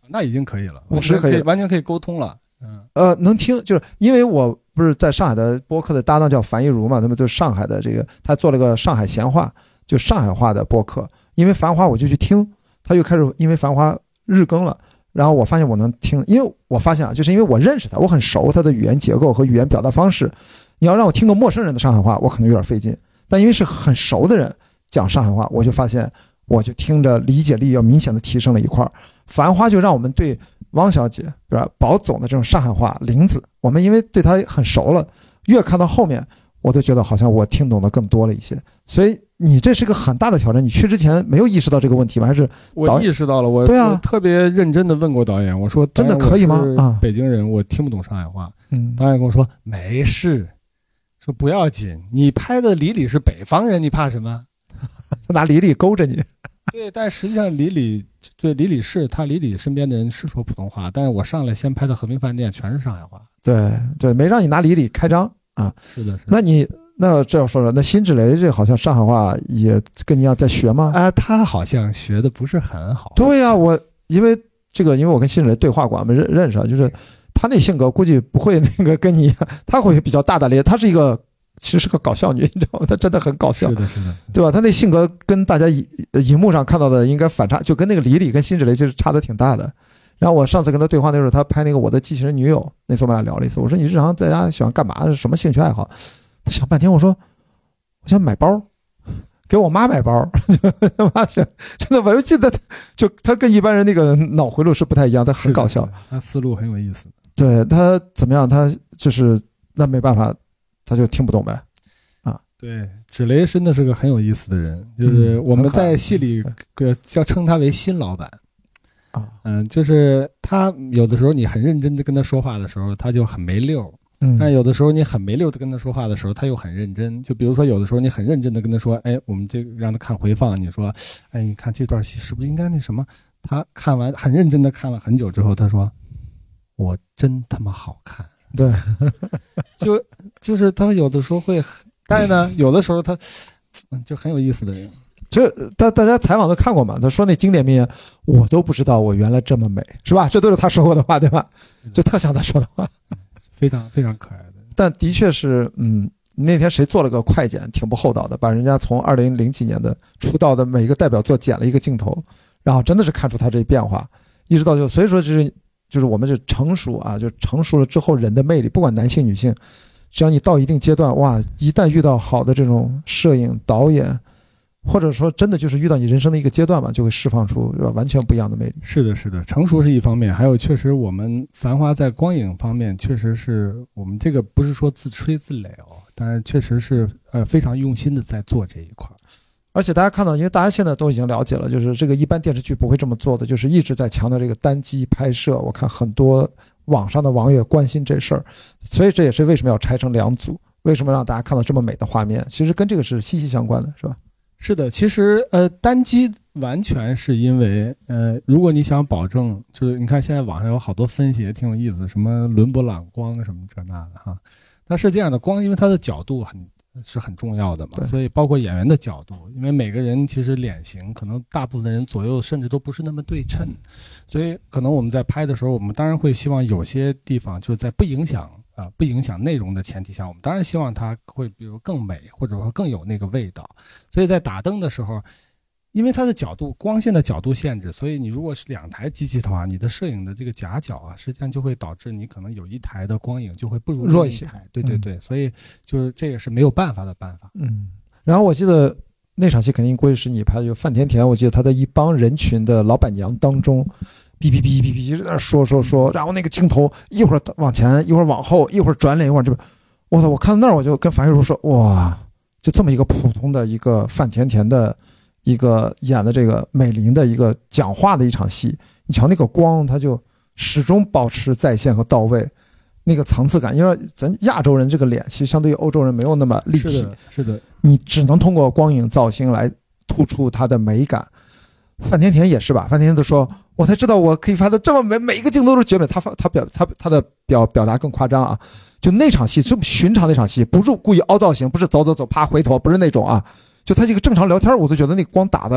那已经可以了 ，50可以， 完全可以沟通了。 能听，就是因为我不是在上海的播客的搭档叫樊一茹嘛，他们就上海的这个，他做了个上海闲话，就上海话的播客。因为繁花我就去听，他又开始因为繁花日更了，然后我发现我能听，因为我发现啊，就是因为我认识他，我很熟他的语言结构和语言表达方式。你要让我听个陌生人的上海话，我可能有点费劲，但因为是很熟的人讲上海话，我就发现我就听着理解力要明显的提升了一块。繁花就让我们对汪小姐是吧，宝总的这种上海话林子，我们因为对他很熟了，越看到后面我都觉得好像我听懂的更多了一些。所以你这是个很大的挑战，你去之前没有意识到这个问题吗？还是我意识到了， 对啊， 我特别认真的问过导演，我说真的可以吗？啊， 北京人我听不懂上海话，导演跟我说没事，说不要紧，你拍的李李是北方人，你怕什么？ 他拿李李勾着你。 对，但实际上李李是他李李身边的人是说普通话，但是我上来先拍的和平饭店全是上海话。 对，没让你拿李李开张啊。 是的。 那这样说说，那辛芷蕾这好像上海话也跟你一样在学吗？ 他好像学的不是很好。 对呀，因为我跟辛芷蕾对话过，我们认识，就是他那性格估计不会那个跟你一样，他会比较大大咧，他是一个。其实是个搞笑女，你知道吗？她真的很搞笑， 是的， 对吧？她那性格跟大家荧幕上看到的应该反差，就跟那个李李跟辛芷蕾就是差的挺大的。然后我上次跟她对话那时候，她拍那个《我的机器人女友》，那次我们俩聊了一次。我说你日常在家喜欢干嘛？什么兴趣爱好？她想半天，我说我想买包，给我妈买包。妈想真的，我就记得就她跟一般人那个脑回路是不太一样，她很搞笑， 她思路很有意思。 对，她怎么样？她就是那没办法。他就听不懂呗， 对，芷蕾真的是个很有意思的人，就是我们在戏里叫称他为新老板就是他有的时候你很认真的跟他说话的时候，他就很没溜，但有的时候你很没溜的跟他说话的时候，他又很认真。就比如说有的时候你很认真的跟他说，我们这个让他看回放，你说，你看这段戏是不是应该那什么？他看完很认真的看了很久之后，他说，我真他妈好看。 对， 就是他有的时候会，但是呢，有的时候他就很有意思的人。 这大家采访都看过嘛？他说那经典名言，我都不知道我原来这么美，是吧？这都是他说过的话，对吧？就特像他说的话， 非常非常可爱的。 但的确是，那天谁做了个快剪，挺不厚道的，把人家从2000几年的出道的每一个代表作剪了一个镜头，然后真的是看出他这变化，一直到所以说就是我们这成熟啊，就成熟了之后人的魅力，不管男性女性，只要你到一定阶段，哇，一旦遇到好的这种摄影导演，或者说真的就是遇到你人生的一个阶段嘛，就会释放出完全不一样的魅力。 是的，成熟是一方面，还有确实我们繁花在光影方面确实是我们这个不是说自吹自擂但是确实是非常用心的在做这一块。 而且大家看到，因为大家现在都已经了解了，就是这个一般电视剧不会这么做的，就是一直在强调这个单机拍摄。我看很多网上的网友关心这事儿，所以这也是为什么要拆成2组，为什么让大家看到这么美的画面，其实跟这个是息息相关的，是吧？ 是的，其实单机完全是因为如果你想保证，就是你看现在网上有好多分析也挺有意思，什么伦勃朗光什么这那的哈，它是这样的，光因为它的角度是很重要的嘛，所以包括演员的角度，因为每个人其实脸型可能大部分人左右甚至都不是那么对称，所以可能我们在拍的时候，我们当然会希望有些地方就是在不影响内容的前提下，我们当然希望它会比如更美，或者说更有那个味道。所以在打灯的时候，因为它的角度光线的角度限制，所以你如果是2台机器的话，你的摄影的这个夹角实际上就会导致你可能有一台的光影就会不如弱一些。 对，所以就是这也是没有办法的办法。 然后我记得那场戏肯定估计是你拍的，就范甜甜，我记得他在一帮人群的老板娘当中哔哔哔哔哔就在那说，然后那个镜头一会儿往前，一会儿往后，一会儿转脸，一会儿这边，我操！我看到那儿我就跟樊玉茹说，哇，就这么一个普通的一个范甜甜的一个演的这个美玲的一个讲话的一场戏，你瞧那个光，它就始终保持在线和到位，那个层次感，因为咱亚洲人这个脸其实相对于欧洲人没有那么立体， 是的， 你只能通过光影造型来突出它的美感。范甜甜也是吧？范甜甜都说，我才知道我可以拍的这么美，每一个镜头都是绝美。他的表达更夸张啊！就那场戏，这么寻常那场戏，不是故意凹造型，不是走啪回头，不是那种啊。就他这个正常聊天，我都觉得那光打的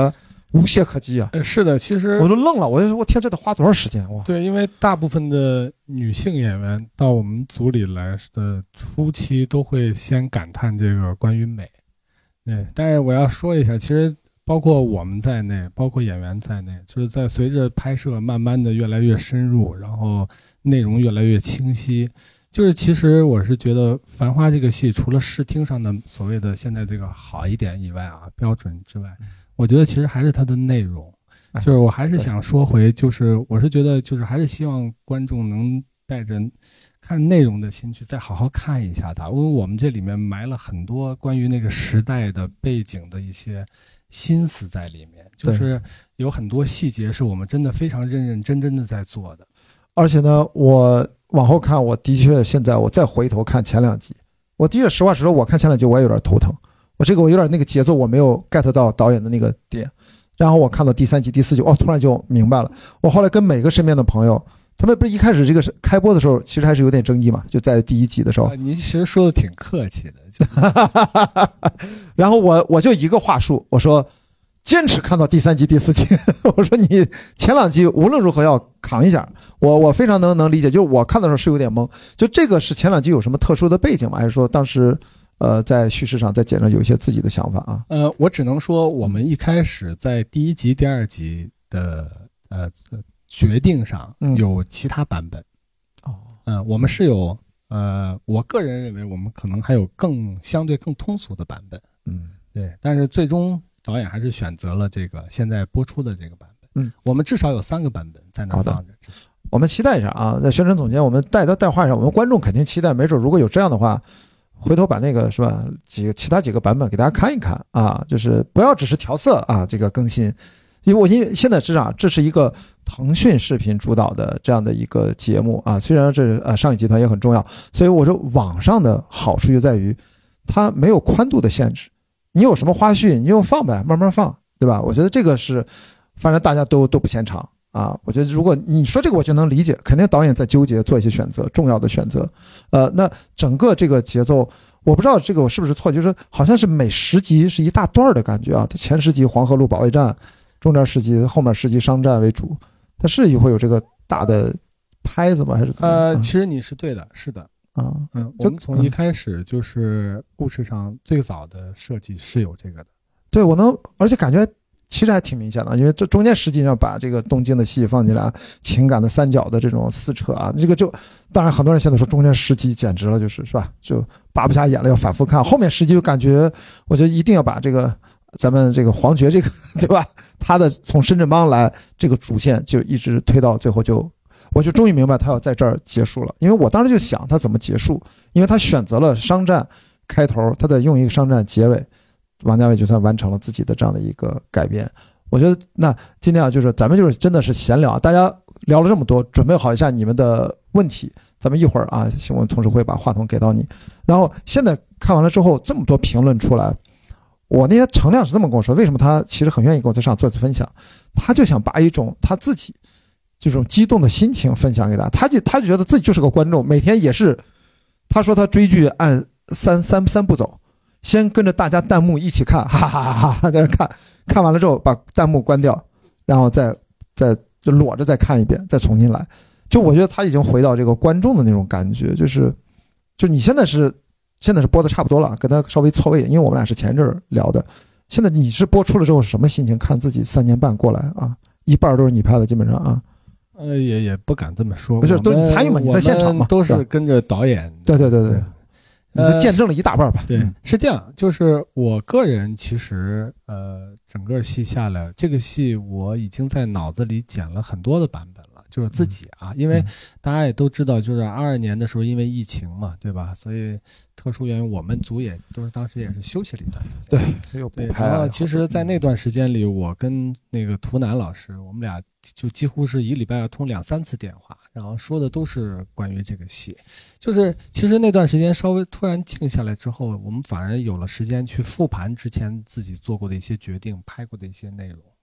无懈可击啊。 是的，其实我都愣了，我天，这得花多少时间哇？ 对，因为大部分的女性演员到我们组里来的初期都会先感叹这个关于美。对，但是我要说一下，其实包括我们在内，包括演员在内，就是在随着拍摄慢慢的越来越深入，然后内容越来越清晰，就是其实我是觉得《繁花》这个戏除了视听上的所谓的现在这个好一点以外啊，标准之外，我觉得其实还是它的内容。就是我还是想说回，就是我是觉得就是还是希望观众能带着看内容的心去再好好看一下它，因为我们这里面埋了很多关于那个时代的背景的一些心思在里面，就是有很多细节是我们真的非常认认真真的在做的。 而且呢，我往后看，我的确现在我再回头看前2集，我的确实话实说，我看前2集我也有点头疼，我有点那个节奏我没有 get 到导演的那个点。然后我看到第3集、第4集，突然就明白了。我后来跟每个身边的朋友，他们不是一开始这个开播的时候，其实还是有点争议嘛，就在第1集的时候。 你其实说的挺客气的。 然后我就一个话术，我说坚持看到第3集、第4集。我说你前2集无论如何要扛一下。我非常能理解，就是我看的时候是有点懵，就这个是前2集有什么特殊的背景吗？还是说当时？在叙事上，在剪上有一些自己的想法啊。 我只能说，我们一开始在第1集、第2集的决定上有其他版本。我们是有我个人认为我们可能还有相对更通俗的版本。对，但是最终导演还是选择了这个现在播出的这个版本。我们至少有3个版本在那放着。 我们期待一下啊！在宣传总监，我们带话上，我们观众肯定期待，没准如果有这样的话。回头把那个是吧，其他几个版本给大家看一看啊，就是不要只是调色啊，这个更新，因为现在知道这是一个腾讯视频主导的这样的一个节目啊，虽然这上影集团也很重要，所以我说网上的好处就在于它没有宽度的限制，你有什么花絮你就放呗，慢慢放，对吧？我觉得这个是，反正大家都不嫌长。我觉得如果你说这个我就能理解，肯定导演在纠结做一些选择，重要的选择。那整个这个节奏，我不知道这个我是不是错，就是好像是每10集是一大段的感觉啊。它前10集黄河路保卫战，中间10集，后面10集商战为主，它是会有这个大的拍子吗？还是怎么？ 其实你是对的，是的。我们从一开始就是故事上最早的设计是有这个的。 对，而且感觉。其实还挺明显的，因为这中间实际上把这个东京的戏放进来，情感的3角的这种撕扯啊，这个就当然很多人现在说中间10集简直了，是吧？就扒不下眼了，要反复看。后面10集就感觉，我觉得一定要把这个咱们这个黄觉这个对吧？他的从深圳帮来这个主线就一直推到最后我就终于明白他要在这儿结束了。因为我当时就想他怎么结束，因为他选择了商战开头，他得用一个商战结尾。王家卫就算完成了自己的这样的一个改编，我觉得那今天就是咱们就是真的是闲聊，大家聊了这么多，准备好一下你们的问题，咱们一会儿啊，新闻同事会把话筒给到你。然后现在看完了之后，这么多评论出来，我那天程亮是这么跟我说，为什么他其实很愿意跟我在上做一次分享，他就想把一种他自己这种激动的心情分享给他就觉得自己就是个观众，每天也是，他说他追剧按三步走。先跟着大家弹幕一起看，哈哈哈哈，在那看完了之后把弹幕关掉，然后再就裸着再看一遍，再重新来。就我觉得他已经回到这个观众的那种感觉，就你现在是播的差不多了，跟他稍微错位，因为我们俩是前阵聊的。现在你是播出了之后是什么心情？看自己3年半过来啊，一半都是你拍的，基本上啊。 也不敢这么说， 不是都是你参与嘛，你在现场嘛， 都是跟着导演。 对。你就见证了一大半吧。 对，是这样，就是我个人其实整个戏下来，这个戏我已经在脑子里剪了很多的版本了，就是自己啊，因为大家也都知道，就是22年的时候因为疫情嘛，对吧？所以特殊原因，我们组也都是当时也是休息了一段时间。对，然后其实，在那段时间里，我跟那个图南老师，我们俩就几乎是1礼拜要通2-3次电话，然后说的都是关于这个戏。就是其实那段时间稍微突然静下来之后，我们反而有了时间去复盘之前自己做过的一些决定，拍过的一些内容。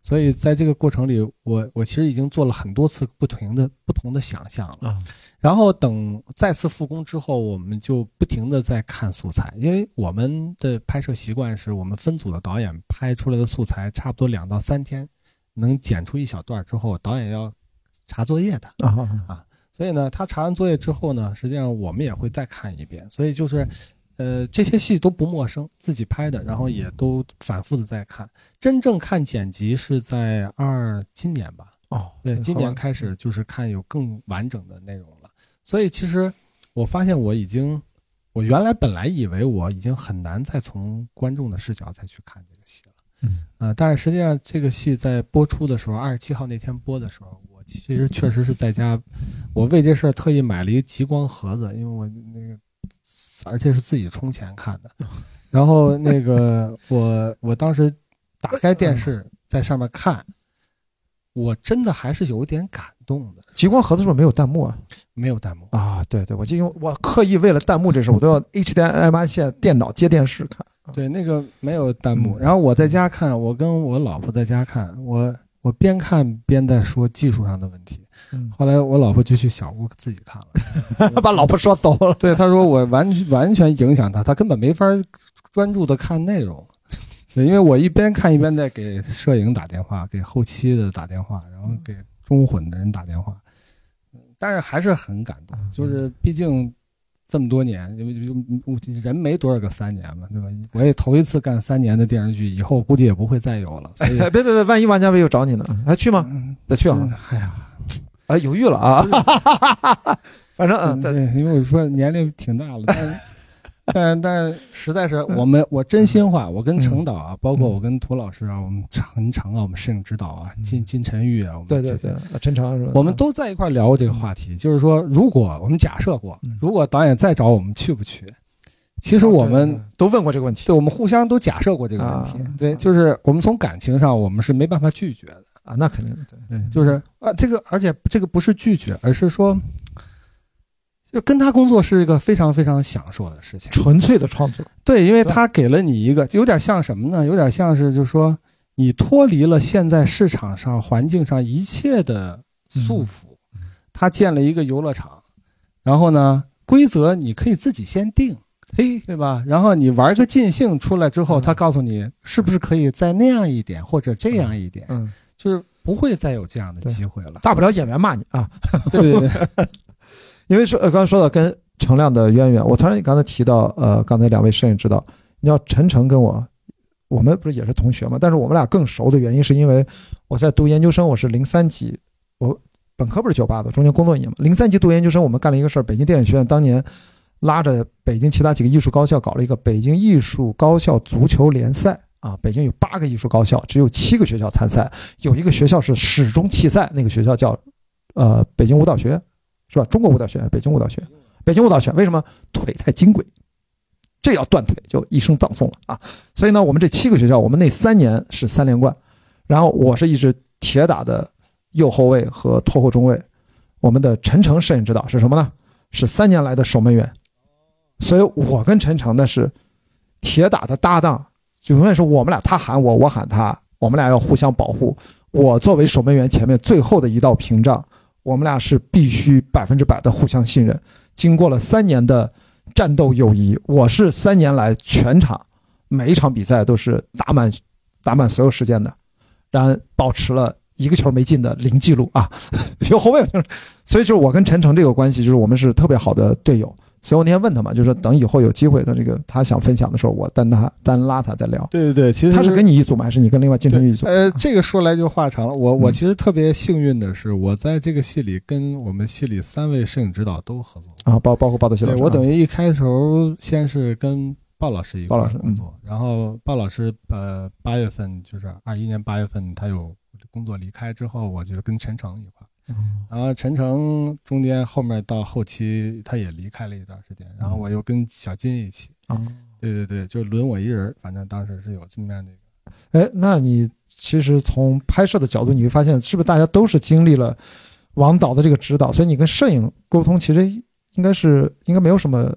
所以在这个过程里，我其实已经做了很多次不同的想象了。然后等再次复工之后，我们就不停的在看素材，因为我们的拍摄习惯是我们分组的导演拍出来的素材差不多2到3天能剪出一小段之后，导演要查作业的所以呢，他查完作业之后呢，实际上我们也会再看一遍，所以就是这些戏都不陌生，自己拍的，然后也都反复的在看。真正看剪辑是在今年吧？对，今年开始就是看有更完整的内容了。所以其实我发现我原来本来以为我已经很难再从观众的视角再去看这个戏了。但是实际上这个戏在播出的时候，27号那天播的时候，我其实确实是在家，我为这事儿特意买了一个极光盒子，因为我那个。而且是自己充钱看的，然后那个我当时打开电视在上面看，我真的还是有点感动的。 极光盒子是不是没有弹幕啊？ 没有弹幕啊，对，我就因为我刻意为了弹幕这事，我都要 HDMI 线电脑接电视看。 对，那个没有弹幕。然后我在家看，我跟我老婆在家看，我边看边在说技术上的问题。后来我老婆就去小屋自己看了， 把老婆说走了。 对，她说我完全影响她根本没法专注的看内容。对，因为我一边看一边在给摄影打电话，给后期的打电话，然后给中混的人打电话。但是还是很感动，就是毕竟这么多年，因为人没多少个3年嘛，对吧？我也头一次干3年的电视剧，以后估计也不会再有了。所以别，万一王家卫又找你呢？还去吗？得去啊！哎呀，犹豫了啊！反正对，因为我说年龄挺大了，但实在是我真心话，我跟程导啊，包括我跟涂老师啊，我们陈诚啊，我们摄影指导啊，金晨玉啊，我们对，陈诚是吧？ 我们都在一块聊过这个话题，就是说，如果我们假设过，如果导演再找我们去不去？其实我们都问过这个问题， 对，我们互相都假设过这个问题，对，就是我们从感情上我们是没办法拒绝的啊，那肯定对，就是这个，而且这个不是拒绝，而是说。就跟他工作是一个非常非常享受的事情， 纯粹的创作。 对，因为他给了你一个，有点像什么呢？有点像是就是说，你脱离了现在市场上环境上一切的束缚，他建了一个游乐场，然后呢，规则你可以自己先定，对吧？然后你玩个尽兴出来之后，他告诉你是不是可以再那样一点或者这样一点，就是不会再有这样的机会了。 大不了演员骂你啊， 对。 因为刚刚说到跟程亮的渊源，我突然刚才提到刚才2位摄影指导，你知道陈诚跟我们不是也是同学嘛？但是我们俩更熟的原因是因为我在读研究生，我是03级，我本科不是98的，中间工作1年嘛。03级读研究生，我们干了一个事儿，北京电影学院当年拉着北京其他几个艺术高校搞了一个北京艺术高校足球联赛啊。北京有8个艺术高校，只有7个学校参赛，有一个学校是始终弃赛，那个学校叫北京舞蹈学院。是吧？中国舞蹈学院，北京舞蹈学院，北京舞蹈学院为什么腿太金贵？这要断腿就一声葬送了啊！所以呢，我们这7个学校，我们那3年是3连冠，然后我是一直铁打的右后卫和拖后中卫。我们的陈诚摄影指导是什么呢？是3年来的守门员。所以我跟陈诚那是铁打的搭档，就永远是我们俩，他喊我，我喊他，我们俩要互相保护。我作为守门员前面最后的一道屏障。我们俩是必须100%的互相信任。经过了3年的战斗友谊，我是3年来全场每一场比赛都是打满所有时间的，然后保持了1个球没进的零记录啊，有后卫。所以就是我跟陈诚这个关系，就是我们是特别好的队友。所以我那天问他嘛，就是说等以后有机会的这个他想分享的时候，我单拉他再聊。 对，其实他是跟你一组吗？还是你跟另外金晨玉一组？ 这个说来就话长了。我其实特别幸运的是，我在这个戏里跟我们戏里3位摄影指导都合作啊，包括鲍德西老师。 我等于一开头先是跟鲍老师一块工作，然后鲍老师8月份就是21年8月份他有工作离开之后，我就跟陈诚一块。然后陈诚中间后面到后期他也离开了一段时间，然后我又跟小金一起，对，就轮我一人，反正当时是有这么样的一个。那你其实从拍摄的角度，你会发现是不是大家都是经历了王导的这个指导，所以你跟摄影沟通其实应该没有什么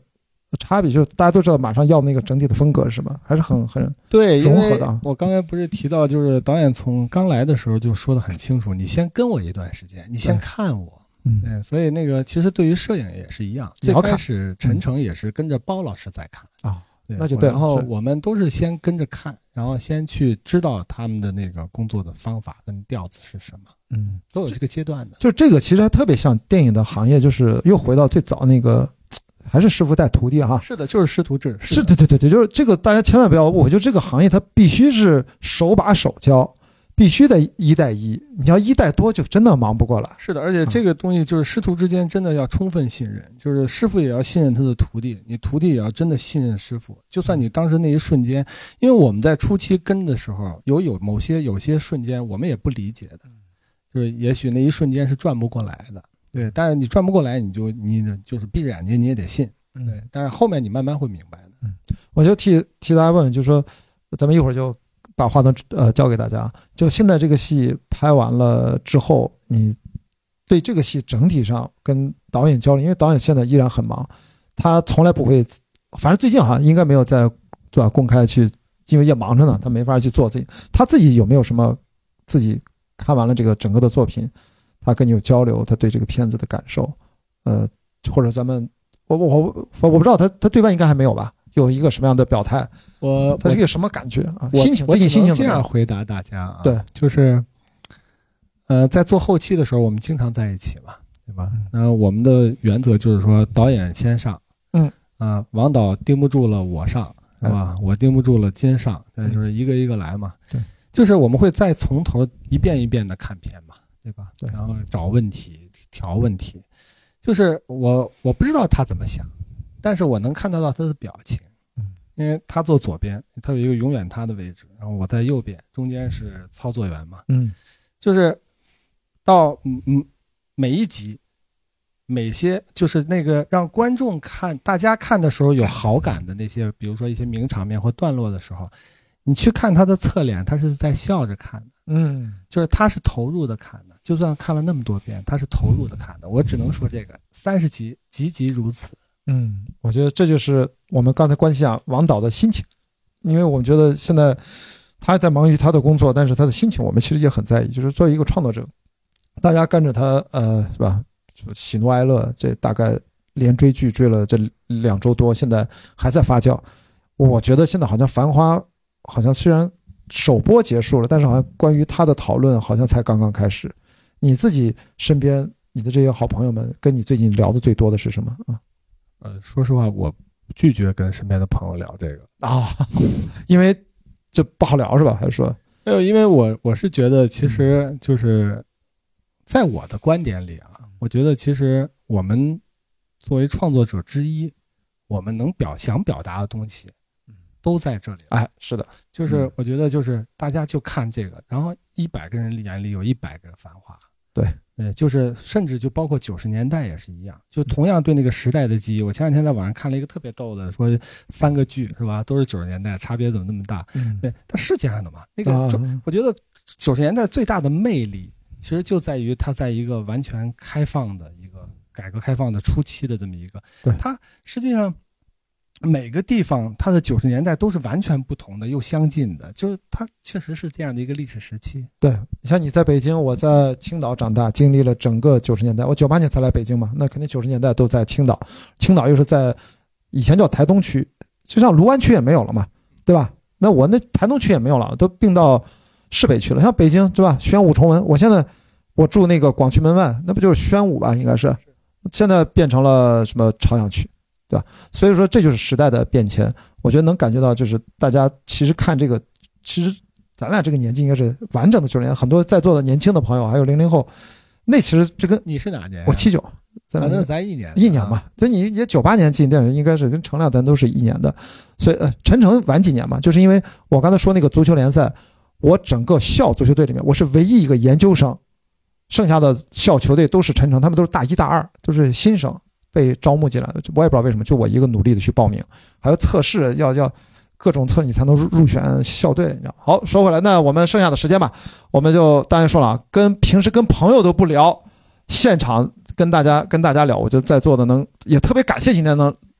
差别，就是大家都知道马上要那个整体的风格是什么，还是很对融合的。 我刚才不是提到，就是导演从刚来的时候就说得很清楚，你先跟我一段时间，你先看我。对，所以那个其实对于摄影也是一样，最开始陈诚也是跟着包老师在看啊。那就对了。 然后我们都是先跟着看，然后先去知道他们的那个工作的方法跟调子是什么，都有这个阶段的。 就这个其实还特别像电影的行业，就是又回到最早那个，还是师傅带徒弟哈。 是的，就是师徒制。 是对，就是这个大家千万不要误会，就这个行业它必须是手把手教。必须得1带1，你要1带多就真的忙不过来。 是的，而且这个东西就是师徒之间真的要充分信任，就是师傅也要信任他的徒弟，你徒弟也要真的信任师傅。就算你当时那一瞬间，因为我们在初期跟的时候，有些瞬间我们也不理解的，就是也许那一瞬间是转不过来的，对。但是你转不过来，你就是闭着眼睛你也得信，对。但是后面你慢慢会明白的。 我就替大家问，就是说，咱们一会儿就把话筒交给大家。就现在这个戏拍完了之后，你对这个戏整体上跟导演交流，因为导演现在依然很忙，他从来不会，反正最近好像应该没有在对吧公开去，因为也忙着呢，他没法去做自己。他自己有没有什么自己看完了这个整个的作品，他跟你有交流，他对这个片子的感受，或者咱们我不知道他对外应该还没有吧？有一个什么样的表态？他是一个什么感觉啊？心情，最近心情这样回答大家啊。 对， 就是在做后期的时候，我们经常在一起嘛，对吧？那我们的原则就是说，导演先上，王导盯不住了我上，是吧？我盯不住了金上，就是一个一个来嘛。 对， 就是我们会再从头一遍一遍的看片嘛，对吧？对，然后找问题、调问题。就是我不知道他怎么想，但是我能看得到他的表情。因为他坐左边，他有一个永远他的位置，然后我在右边，中间是操作员嘛。就是到每一集，每些就是那个让观众看，大家看的时候有好感的那些，比如说一些名场面或段落的时候，你去看他的侧脸，他是在笑着看的。就是他是投入的看的，就算看了那么多遍，他是投入的看的。我只能说这个30集集集如此。 我觉得这就是我们刚才关心王导的心情，因为我们觉得现在他在忙于他的工作，但是他的心情我们其实也很在意。就是作为一个创作者，大家跟着他是吧，喜怒哀乐，这大概连追剧追了这2周多，现在还在发酵。我觉得现在好像《繁花》好像虽然首播结束了，但是好像关于他的讨论好像才刚刚开始。你自己身边你的这些好朋友们跟你最近聊的最多的是什么啊？ 说实话，我拒绝跟身边的朋友聊这个因为就不好聊是吧？还是说没有？因为我是觉得，其实就是在我的观点里啊，我觉得其实我们作为创作者之一，我们想表达的东西都在这里。 是的， 就是我觉得就是大家就看这个，然后100个人眼里有100个繁华。对，就是甚至就包括90年代也是一样，就同样对那个时代的记忆。我前两天在网上看了一个特别逗的，说3个剧是吧，都是90年代，差别怎么那么大？对，它是这样的嘛。那个我觉得90年代最大的魅力，其实就在于它在一个完全开放的一个改革开放的初期的这么一个，它实际上每个地方它的90年代都是完全不同的又相近的，就是它确实是这样的一个历史时期。 对，像你在北京，我在青岛长大，经历了整个90年代，我98年才来北京嘛，那肯定90年代都在青岛，青岛又是在以前叫台东区，就像卢湾区也没有了嘛，对吧？那我那台东区也没有了，都并到市北区了。像北京是吧，宣武崇文，我现在我住那个广渠门外，那不就是宣武吧，应该是，现在变成了什么朝阳区，对吧？所以说这就是时代的变迁。我觉得能感觉到，就是大家其实看这个，其实咱俩这个年纪应该是完整的90年，很多在座的年轻的朋友，还有00后，那其实这个你是哪年？ 我79， 咱俩才一年嘛。所以你也98年进电影，应该是跟程亮咱都是1年的。所以陈诚晚几年嘛，就是因为我刚才说那个足球联赛，我整个校足球队里面，我是唯一一个研究生，剩下的校球队都是陈诚，他们都是大1大2，都是新生。被招募进来，我也不知道为什么，就我一个努力的去报名，还有测试，要各种测你才能入选校队。好，说回来，那我们剩下的时间吧，我们就当然说了啊，平时跟朋友都不聊，现场跟大家聊，我就在座的也特别感谢今天能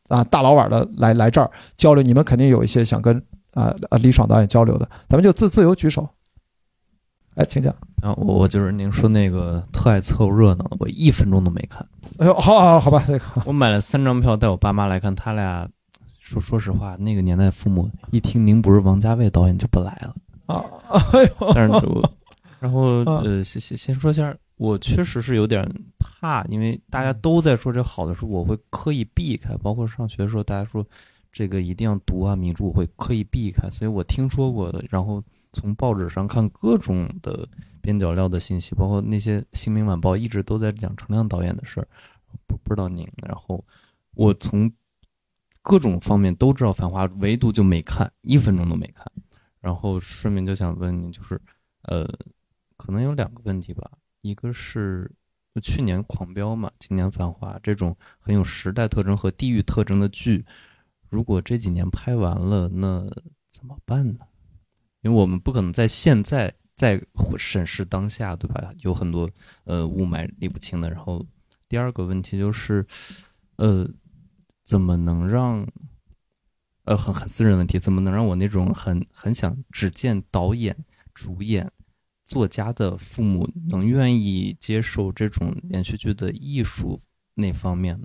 大老碗的来这儿交流，你们肯定有一些想跟李爽导演交流的，咱们就自由举手。哎，请讲。 我就是您说那个特爱凑热闹，我1分钟都没看。 哎呦，好吧，这个我买了3张票带我爸妈来看，他俩说实话，那个年代父母一听您不是王家卫导演就不来了哎呦， 但是然后先说一下，我确实是有点怕，因为大家都在说这好的书，我会刻意避开。包括上学的时候，大家说这个一定要读啊，名著我会刻意避开。所以我听说过的，然后从报纸上看各种的边角料的信息，包括那些《新民晚报》一直都在讲程亮导演的事儿，不知道您。然后我从各种方面都知道《繁花》，唯独就没看，1分钟都没看。然后顺便就想问您，就是可能有2个问题吧。一个是去年《狂飙》嘛，今年《繁花》，这种很有时代特征和地域特征的剧，如果这几年拍完了，那怎么办呢？因为我们不可能在现在再审视当下，对吧？有很多雾霾理不清的。然后第2个问题就是怎么能让很私人问题，怎么能让我那种很想只见导演、主演、作家的父母能愿意接受这种连续剧的艺术那方面呢？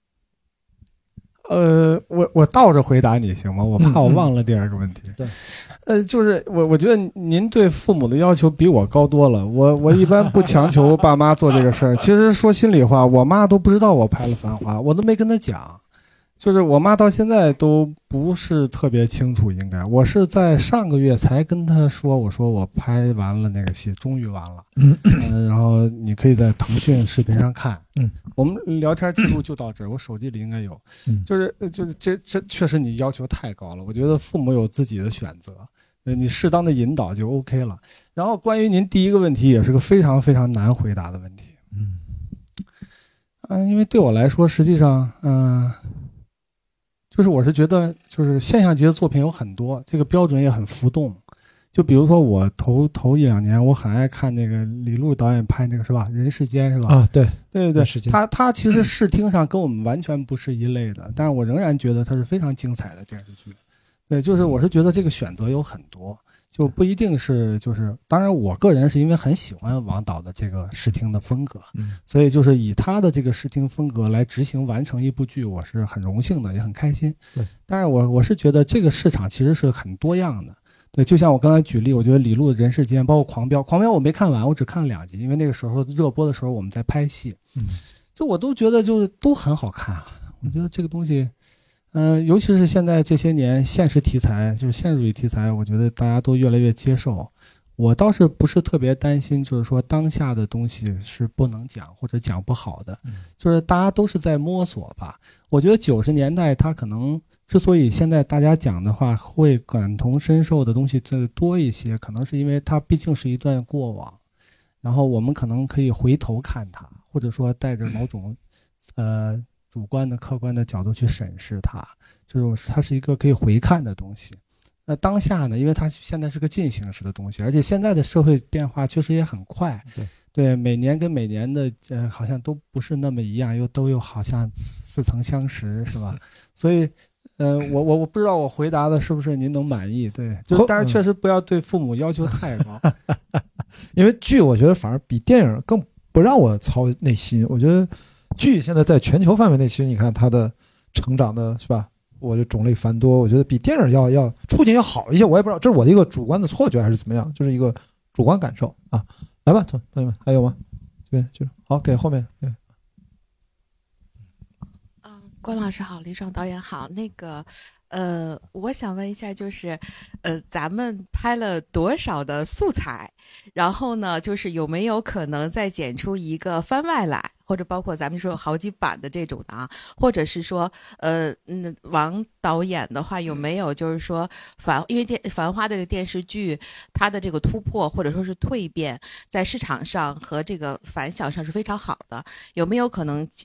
我倒着回答你行吗？我怕我忘了第2个问题。 对， 就是我觉得您对父母的要求比我高多了。我一般不强求爸妈做这个事儿。其实说心里话，我妈都不知道我拍了《繁花》，我都没跟她讲。就是我妈到现在都不是特别清楚，应该我是在上个月才跟她说，我说我拍完了那个戏，终于完了。然后你可以在腾讯视频上看。我们聊天记录就到这儿，我手机里应该有。就是这确实你要求太高了，我觉得父母有自己的选择，你适当的引导就 OK 了。然后关于您第1个问题，也是个非常非常难回答的问题。因为对我来说，实际上就是我是觉得，就是现象级的作品有很多，这个标准也很浮动。就比如说我头1-2年，我很爱看那个李路导演拍那个是吧，《人世间》是吧？对，他其实视听上跟我们完全不是一类的，但是我仍然觉得它是非常精彩的电视剧。对，就是我是觉得这个选择有很多。就不一定是当然我个人是因为很喜欢王导的这个视听的风格，所以就是以他的这个视听风格来执行完成一部剧，我是很荣幸的，也很开心。对，但是我是觉得这个市场其实是很多样的。对，就像我刚才举例，我觉得李路的《人世间》包括狂飙我没看完，我只看了2集，因为那个时候热播的时候我们在拍戏。就我都觉得就是都很好看啊。我觉得这个东西尤其是现在这些年现实题材，就是现实主义题材，我觉得大家都越来越接受。我倒是不是特别担心，就是说当下的东西是不能讲或者讲不好的，就是大家都是在摸索吧。我觉得90年代它可能之所以现在大家讲的话会感同身受的东西再多一些，可能是因为它毕竟是一段过往，然后我们可能可以回头看它，或者说带着某种主观的客观的角度去审视它，就是它是一个可以回看的东西。那当下呢，因为它现在是个进行时的东西，而且现在的社会变化确实也很快。对，每年跟每年的好像都不是那么一样，都有好像似曾相识，是吧？所以我不知道我回答的是不是您能满意。对，就当然确实不要对父母要求太高。 因为剧我觉得反而比电影更不让我操内心。我觉得剧现在在全球范围内，其实你看它的成长的是吧，我的种类繁多，我觉得比电影要触景要好一些。我也不知道这是我的一个主观的错觉还是怎么样，就是一个主观感受啊。来吧，朋友们，还有吗？这边就好，给后面。 关老师好，李爽导演好。那个我想问一下，就是咱们拍了多少的素材，然后呢就是有没有可能再剪出一个番外来，或者包括咱们说有好几版的这种的啊，或者是说王导演的话有没有就是说因为繁花的这个电视剧它的这个突破或者说是蜕变在市场上和这个反响上是非常好的，有没有可能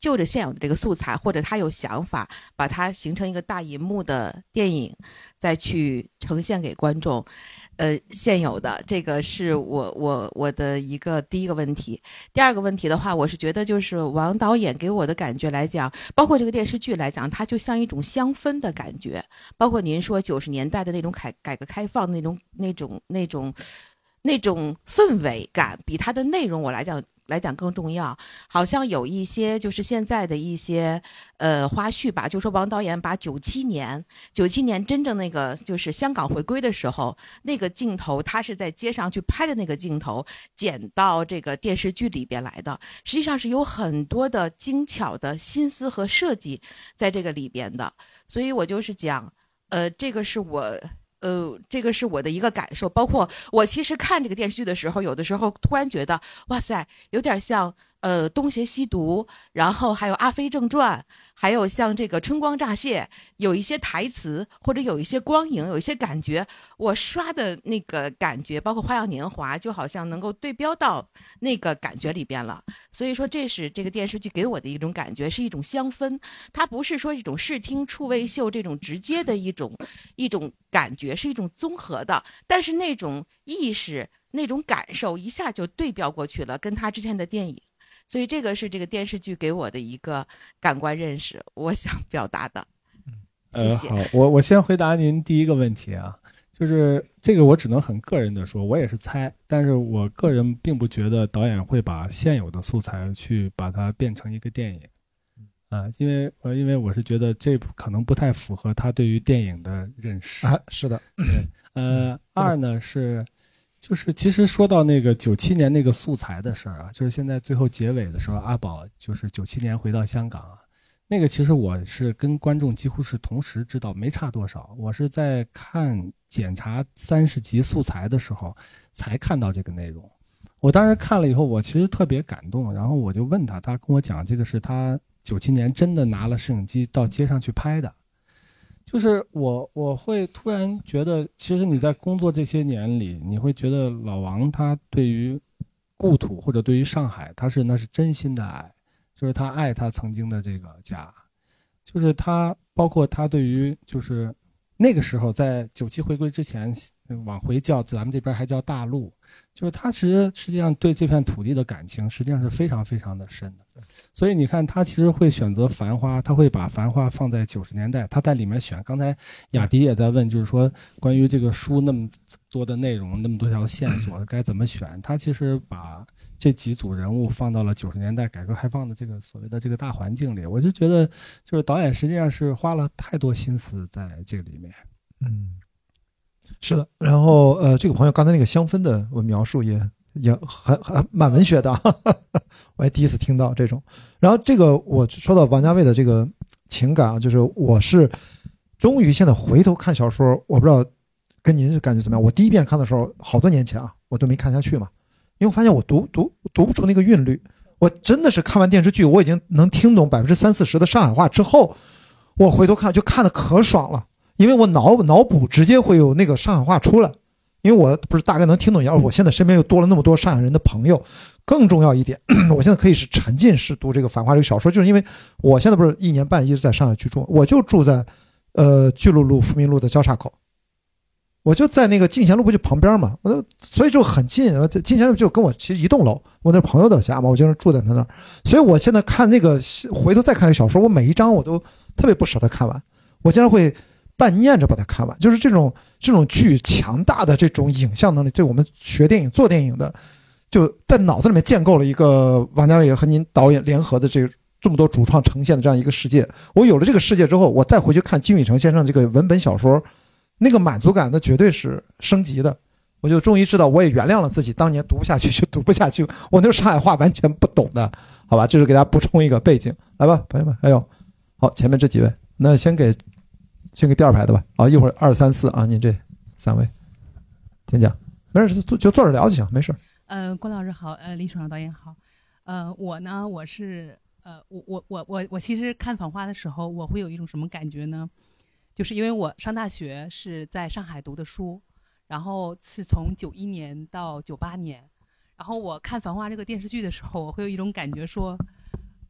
就着现有的这个素材，或者他有想法，把它形成一个大银幕的电影，再去呈现给观众。现有的这个是我的第一个问题。第二个问题的话，我是觉得就是王导演给我的感觉来讲，包括这个电视剧来讲，它就像一种香氛的感觉。包括您说90年代的那种改革开放那种氛围感，比它的内容我来讲更重要。好像有一些就是现在的一些花絮吧，就说王导演把97年真正那个就是香港回归的时候那个镜头，他是在街上去拍的那个镜头剪到这个电视剧里边来的，实际上是有很多的精巧的心思和设计在这个里边的。所以我就是讲这个是我的一个感受。包括我其实看这个电视剧的时候，有的时候突然觉得哇塞，有点像东邪西毒，然后还有阿飞正传，还有像这个春光乍泄，有一些台词或者有一些光影，有一些感觉，我刷的那个感觉，包括花样年华，就好像能够对标到那个感觉里边了。所以说这是这个电视剧给我的一种感觉，是一种香氛，它不是说一种视听触味嗅这种直接的一种感觉，是一种综合的，但是那种意识那种感受一下就对标过去了，跟他之前的电影。所以这个是这个电视剧给我的一个感官认识，我想表达的。谢谢。 好，我先回答您第一个问题啊，就是这个我只能很个人的说，我也是猜，但是我个人并不觉得导演会把现有的素材去把它变成一个电影，因为我是觉得这可能不太符合他对于电影的认识。 是的。 二呢是。就是其实说到那个97年那个素材的事儿啊，就是现在最后结尾的时候，阿宝就是97年回到香港啊，那个其实我是跟观众几乎是同时知道，没差多少。我是在检查30集素材的时候才看到这个内容。我当时看了以后，我其实特别感动，然后我就问他，他跟我讲这个是他97年真的拿了摄影机到街上去拍的。就是我会突然觉得，其实你在工作这些年里，你会觉得老王他对于故土或者对于上海，那是真心的爱，就是他爱他曾经的这个家，就是他包括他对于就是那个时候在97回归之前往回叫咱们这边还叫大陆，就是他实际上对这片土地的感情实际上是非常非常的深的。所以你看他其实会选择繁花，他会把繁花放在90年代，他在里面选。刚才雅迪也在问，就是说关于这个书那么多的内容，那么多条线索该怎么选，他其实把这几组人物放到了90年代改革开放的这个所谓的这个大环境里。我就觉得就是导演实际上是花了太多心思在这个里面。 是的。然后这个朋友刚才那个香氛的描述也很蛮文学的我也第一次听到这种。然后这个我说到王家卫的这个情感啊，就是我是终于现在回头看小说，我不知道跟您感觉怎么样。我第一遍看的时候好多年前啊，我都没看下去嘛，因为我发现我读不出那个韵律。我真的是看完电视剧，我已经能听懂30-40%的上海话之后，我回头看就看得可爽了，因为我脑补直接会有那个上海话出来。因为我不是大概能听懂一下，我现在身边又多了那么多上海人的朋友。更重要一点，我现在可以是沉浸式读这个《繁花》这个小说，就是因为我现在不是1年半一直在上海居住，我就住在巨鹿路福民路的交叉口，我就在那个进贤路不就旁边嘛，所以就很近。进贤路就跟我其实一栋楼，我那朋友的家嘛，我就是住在他那儿。所以我现在看那个回头再看这个小说，我每一章我都特别不舍得看完，我经常会半念着把它看完。就是这种巨强大的这种影像能力，对我们学电影做电影的，就在脑子里面建构了一个王家卫和您导演联合的这么多主创呈现的这样一个世界。我有了这个世界之后，我再回去看金宇澄先生这个文本小说，那个满足感那绝对是升级的。我就终于知道，我也原谅了自己当年读不下去就读不下去，我那上海话完全不懂的，好吧？这是给大家补充一个背景。来吧，朋友们，还有好前面这几位，那先给第二排的吧。一会儿2、3、4啊，您这3位请讲，没事就坐着聊就行，没事。 关老师好，李爽导演好。我呢，我是我其实看《繁花》的时候，我会有一种什么感觉呢？就是因为我上大学是在上海读的书，然后是从91年到98年，然后我看《繁花》这个电视剧的时候，我会有一种感觉说，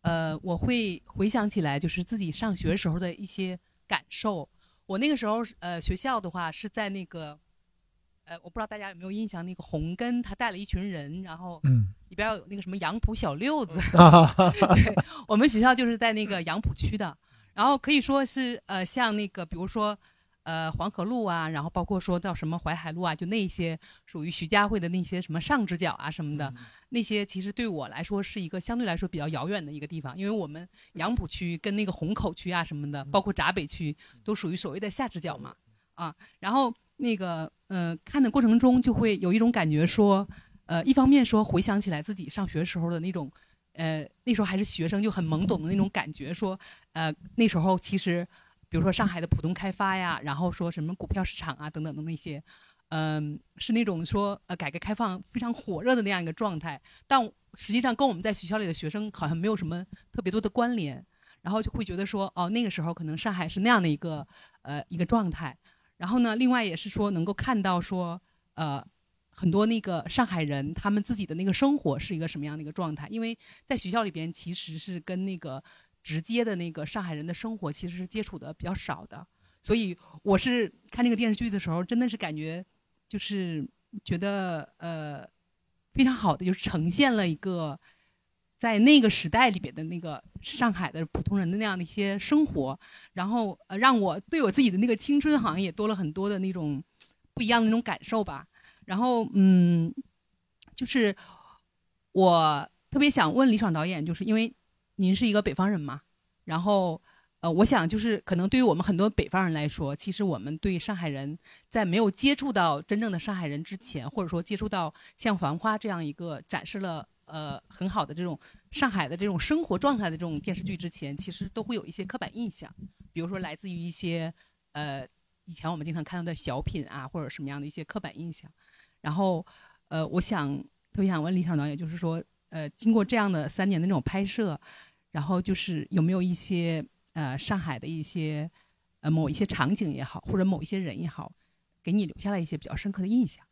我会回想起来，就是自己上学时候的一些感受。我那个时候学校的话是在那个我不知道大家有没有印象，那个红根他带了一群人，然后里边有那个什么杨浦小六子，对，我们学校就是在那个杨浦区的，然后可以说是像那个比如说黄河路啊，然后包括说到什么淮海路啊，就那些属于徐家汇的那些什么上直角啊什么的，那些其实对我来说是一个相对来说比较遥远的一个地方，因为我们杨浦区跟那个虹口区啊什么的，包括闸北区都属于所谓的下直角嘛，啊，然后那个看的过程中就会有一种感觉说，一方面说回想起来自己上学时候的那种，那时候还是学生就很懵懂的那种感觉，说那时候其实。比如说上海的浦东开发呀，然后说什么股票市场啊等等的那些，是那种说改革开放非常火热的那样一个状态，但实际上跟我们在学校里的学生好像没有什么特别多的关联，然后就会觉得说哦那个时候可能上海是那样的一个状态，然后呢另外也是说能够看到说很多那个上海人他们自己的那个生活是一个什么样的一个状态，因为在学校里边其实是跟那个直接的那个上海人的生活其实是接触的比较少的，所以我是看这个电视剧的时候真的是感觉就是觉得非常好的就是呈现了一个在那个时代里边的那个上海的普通人的那样的一些生活，然后让我对我自己的那个青春好像也多了很多的那种不一样的那种感受吧。然后就是我特别想问李爽导演，就是因为您是一个北方人嘛，然后我想就是可能对于我们很多北方人来说，其实我们对上海人在没有接触到真正的上海人之前，或者说接触到像《繁花》这样一个展示了很好的这种上海的这种生活状态的这种电视剧之前，其实都会有一些刻板印象，比如说来自于一些以前我们经常看到的小品啊，或者什么样的一些刻板印象。然后我特别想问李爽导演，就是说经过这样的3年的那种拍摄，然后就是有没有一些上海的一些某一些场景也好，或者某一些人也好，给你留下了一些比较深刻的印象？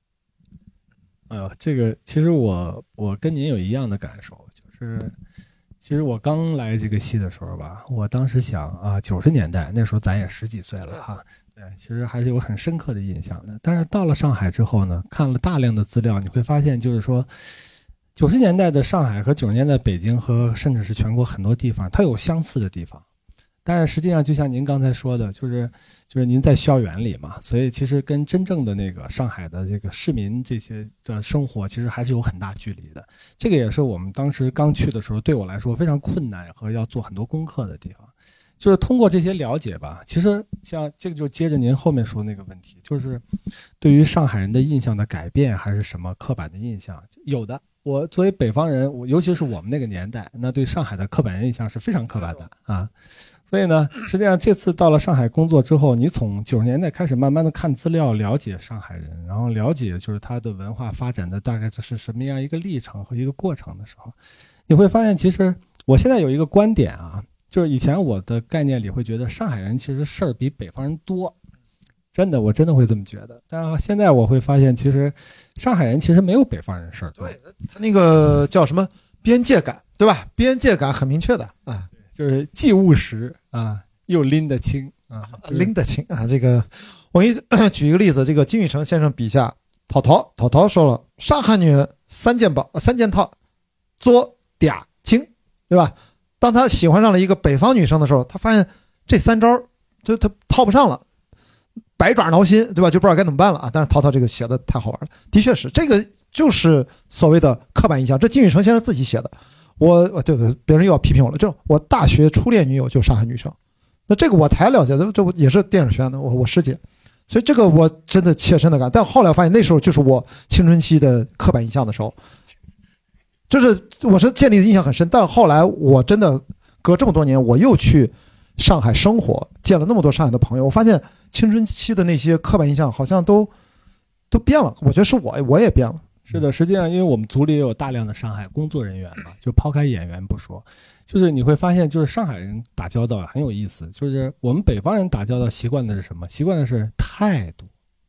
这个其实我跟您有一样的感受，就是其实我刚来这个戏的时候吧，我当时想啊，90年代那时候咱也10几岁了哈。对，其实还是有很深刻的印象的。但是到了上海之后呢，看了大量的资料，你会发现，就是说，90年代的上海和90年代北京和甚至是全国很多地方，它有相似的地方。但是实际上，就像您刚才说的，就是您在校园里嘛，所以其实跟真正的那个上海的这个市民这些的生活，其实还是有很大距离的。这个也是我们当时刚去的时候，对我来说非常困难和要做很多功课的地方。就是通过这些了解吧，其实像这个就接着您后面说那个问题，就是对于上海人的印象的改变还是什么刻板的印象，有的。我作为北方人，尤其是我们那个年代，那对上海的刻板印象是非常刻板的啊。所以呢，实际上这次到了上海工作之后，你从90年代开始慢慢的看资料，了解上海人，然后了解就是他的文化发展的大概是什么样一个历程和一个过程的时候，你会发现其实我现在有一个观点啊，就是以前我的概念里会觉得上海人其实事儿比北方人多，真的，我真的会这么觉得。但现在我会发现，其实上海人其实没有北方人事儿多。 对，他那个叫什么边界感，对吧？边界感很明确的啊， 就是既务实啊，又拎得清啊， 拎得清啊。这个我给你举一个例子，这个金宇澄先生笔下，陶陶说了，上海女人3件套，做嗲精，对吧？当他喜欢上了一个北方女生的时候，他发现这3招就他套不上了，百爪挠心，对吧？就不知道该怎么办了啊！但是陶这个写的太好玩了，的确是这个就是所谓的刻板印象，这金宇澄先生自己写的。对不对？别人又要批评我了。这我大学初恋女友就是上海女生，那这个我才了解的，这也是电影学院的，我师姐，所以这个我真的切身的感。但后来发现那时候就是我青春期的刻板印象的时候。就是我是建立的印象很深，但后来我真的隔这么多年，我又去上海生活，见了那么多上海的朋友，我发现青春期的那些刻板印象好像都变了。我觉得是我也变了。 是的，实际上因为我们组里也有大量的上海工作人员嘛，就抛开演员不说，就是你会发现，就是上海人打交道很有意思。就是我们北方人打交道习惯的是什么？习惯的是态度。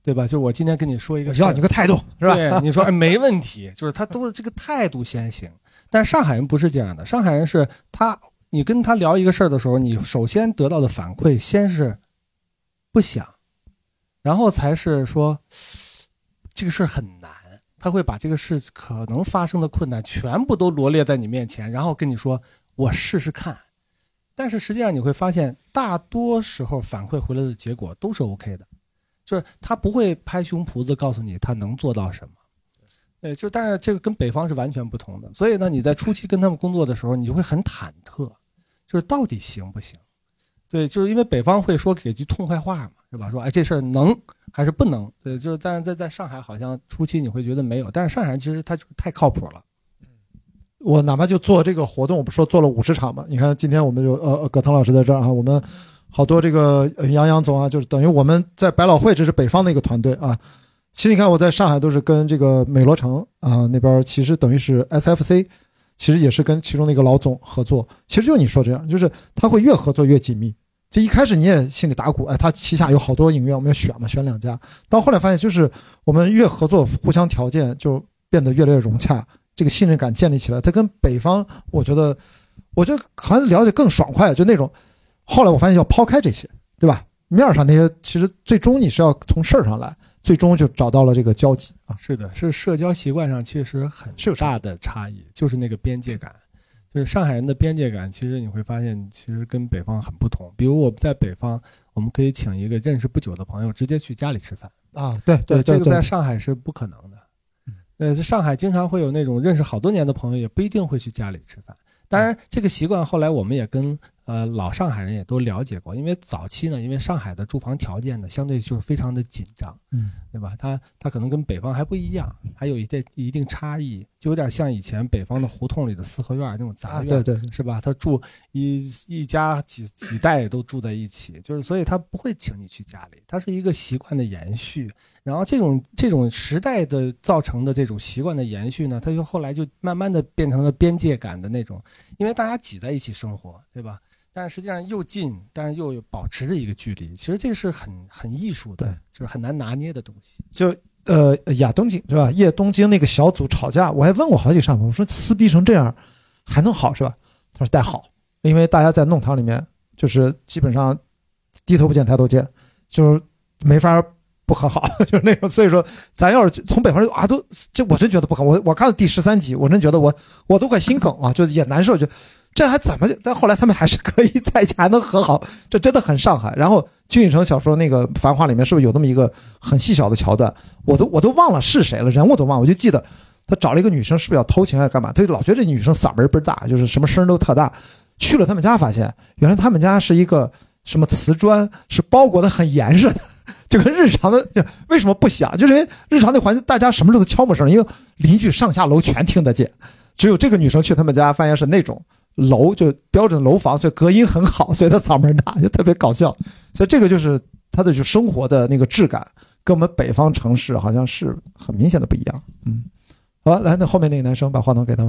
对吧？就是我今天跟你说一个， 要你个态度是吧？ 对，你说哎没问题，就是他都是这个态度先行。但上海人不是这样的，上海人是你跟他聊一个事儿的时候，你首先得到的反馈先是不想，然后才是说这个事儿很难，他会把这个事可能发生的困难全部都罗列在你面前，然后跟你说我试试看。但是实际上你会发现，大多时候反馈回来的结果都是 OK 的。就是他不会拍胸脯子告诉你他能做到什么，但是这个跟北方是完全不同的。所以呢，你在初期跟他们工作的时候，你就会很忐忑，就是到底行不行？对，就是因为北方会说给句痛快话嘛，是吧？说哎这事儿能还是不能？对，就是但是在上海好像初期你会觉得没有，但是上海人其实他就太靠谱了。 我哪怕就做这个活动，我不说做了50场嘛？你看今天我们就葛腾老师在这儿啊，我们。好多这个杨总啊，就是等于我们在百老汇，这是北方的一个团队啊。其实你看我在上海都是跟这个美罗城啊那边，其实等于是 SFC， 其实也是跟其中的一个老总合作。其实就你说这样，就是他会越合作越紧密。这一开始你也心里打鼓，哎，他旗下有好多影院，我们要选嘛，选2家。到后来发现，就是我们越合作，互相条件就变得越来越融洽，这个信任感建立起来。他跟北方，我觉得好像了解更爽快，就那种。后来我发现要抛开这些，对吧？面上那些其实最终你是要从事儿上来，最终就找到了这个交集啊。 是的，是社交习惯上确实很大的差异，就是那个边界感，就是上海人的边界感，其实你会发现其实跟北方很不同。比如我们在北方，我们可以请一个认识不久的朋友直接去家里吃饭啊，对， 这个在上海是不可能的。在上海经常会有那种认识好多年的朋友，也不一定会去家里吃饭。当然，这个习惯后来我们也跟老上海人也都了解过，因为早期呢，因为上海的住房条件呢，相对就是非常的紧张，对吧？它可能跟北方还不一样，还有一定差异，就有点像以前北方的胡同里的四合院那种杂院， 对， 是吧？他住一家几代都住在一起，就是所以他不会请你去家里，它是一个习惯的延续。然后这种时代的造成的这种习惯的延续呢，它就后来就慢慢的变成了边界感的那种，因为大家挤在一起生活，对吧？但是实际上又近，但是又保持着一个距离，其实这是很艺术的，就是很难拿捏的东西。 就亚东京是吧？夜东京那个小组吵架，我还问过好几场，我说撕逼成这样还能好是吧？他说得好，因为大家在弄堂里面就是基本上低头不见抬头见，就是没法不和好，就是那种。所以说咱要是从北方啊，我真觉得不可。我看到第13集，我真觉得我都快心梗了，就也难受，就这还怎么？但后来他们还是可以在一起还能和好，这真的很上海。然后金宇澄小说那个《繁华》里面是不是有那么一个很细小的桥段？我都忘了是谁了，人我都忘了，我就记得他找了一个女生，是不是要偷情还是干嘛？他就老觉得这女生嗓门倍儿大，就是什么声都特大。去了他们家，发现原来他们家是一个什么瓷砖，是包裹的很严实的。就跟日常的为什么不响，就是因为日常的环境大家什么时候都敲门声，因为邻居上下楼全听得见，只有这个女生去他们家发现是那种楼，就标准楼房，所以隔音很好，所以她嗓门大，就特别搞笑。所以这个就是她的就生活的那个质感跟我们北方城市好像是很明显的不一样。好吧，来，那后面那个男生把话筒给他们。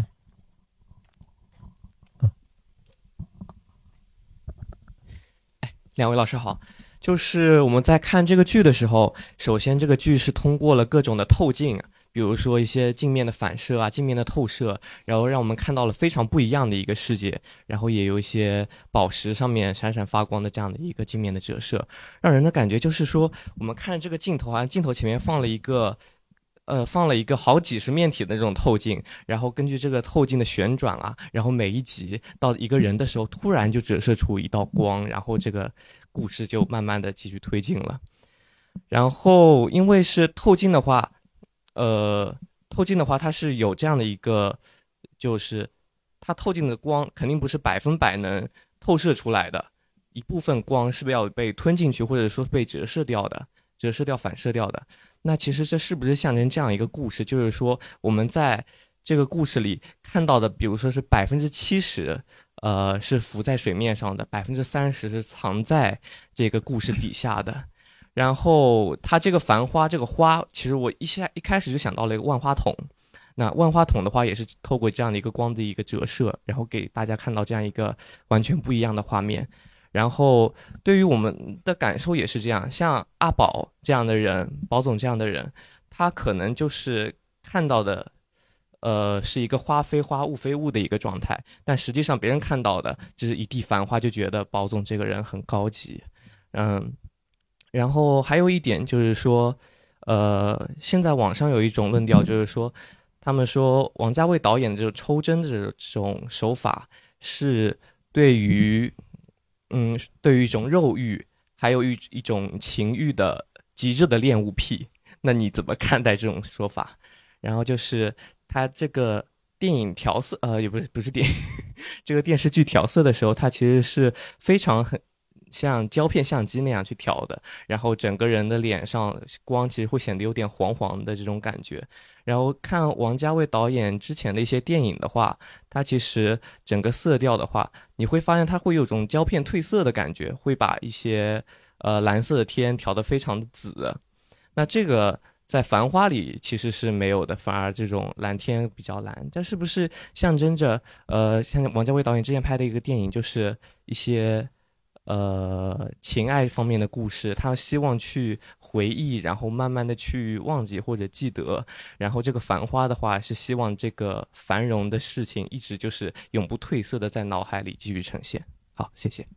两位老师好。就是我们在看这个剧的时候，首先这个剧是通过了各种的透镜，比如说一些镜面的反射啊，镜面的透射，然后让我们看到了非常不一样的一个世界，然后也有一些宝石上面闪闪发光的这样的一个镜面的折射，让人的感觉就是说，我们看这个镜头啊，镜头前面放了一个好几十面体的这种透镜，然后根据这个透镜的旋转啊，然后每一集到一个人的时候，突然就折射出一道光，然后这个故事就慢慢的继续推进了。然后因为是透镜的话，它是有这样的一个，就是它透镜的光肯定不是100%能透射出来的，一部分光是不是要被吞进去，或者说被折射掉反射掉的。那其实这是不是象征这样一个故事，就是说我们在这个故事里看到的，比如说是70%是浮在水面上的，30%是藏在这个故事底下的。然后它这个繁花这个花，其实我一开始就想到了一个万花筒。那万花筒的话也是透过这样的一个光的一个折射，然后给大家看到这样一个完全不一样的画面。 然后对于我们的感受也是这样，像阿宝这样的人，宝总这样的人，他可能就是看到的是一个花非花雾非雾的一个状态，但实际上别人看到的就是一地繁花，就觉得宝总这个人很高级。然后还有一点就是说现在网上有一种论调，就是说他们说王家卫导演的这种抽帧的这种手法是对于一种肉欲还有一种情欲的极致的恋物癖，那你怎么看待这种说法？然后就是他这个电影调色也不是电影这个电视剧调色的时候，它其实是非常很像胶片相机那样去调的，然后整个人的脸上光其实会显得有点黄黄的这种感觉。然后看王家卫导演之前的一些电影的话，它其实整个色调的话，你会发现它会有种胶片褪色的感觉，会把一些蓝色的天调得非常的紫。那这个在《繁花》里其实是没有的，反而这种蓝天比较蓝，这是不是象征着像王家卫导演之前拍的一个电影，就是一些情爱方面的故事，他希望去回忆，然后慢慢的去忘记或者记得，然后这个繁花的话是希望这个繁荣的事情一直就是永不褪色的在脑海里继续呈现。好，谢谢。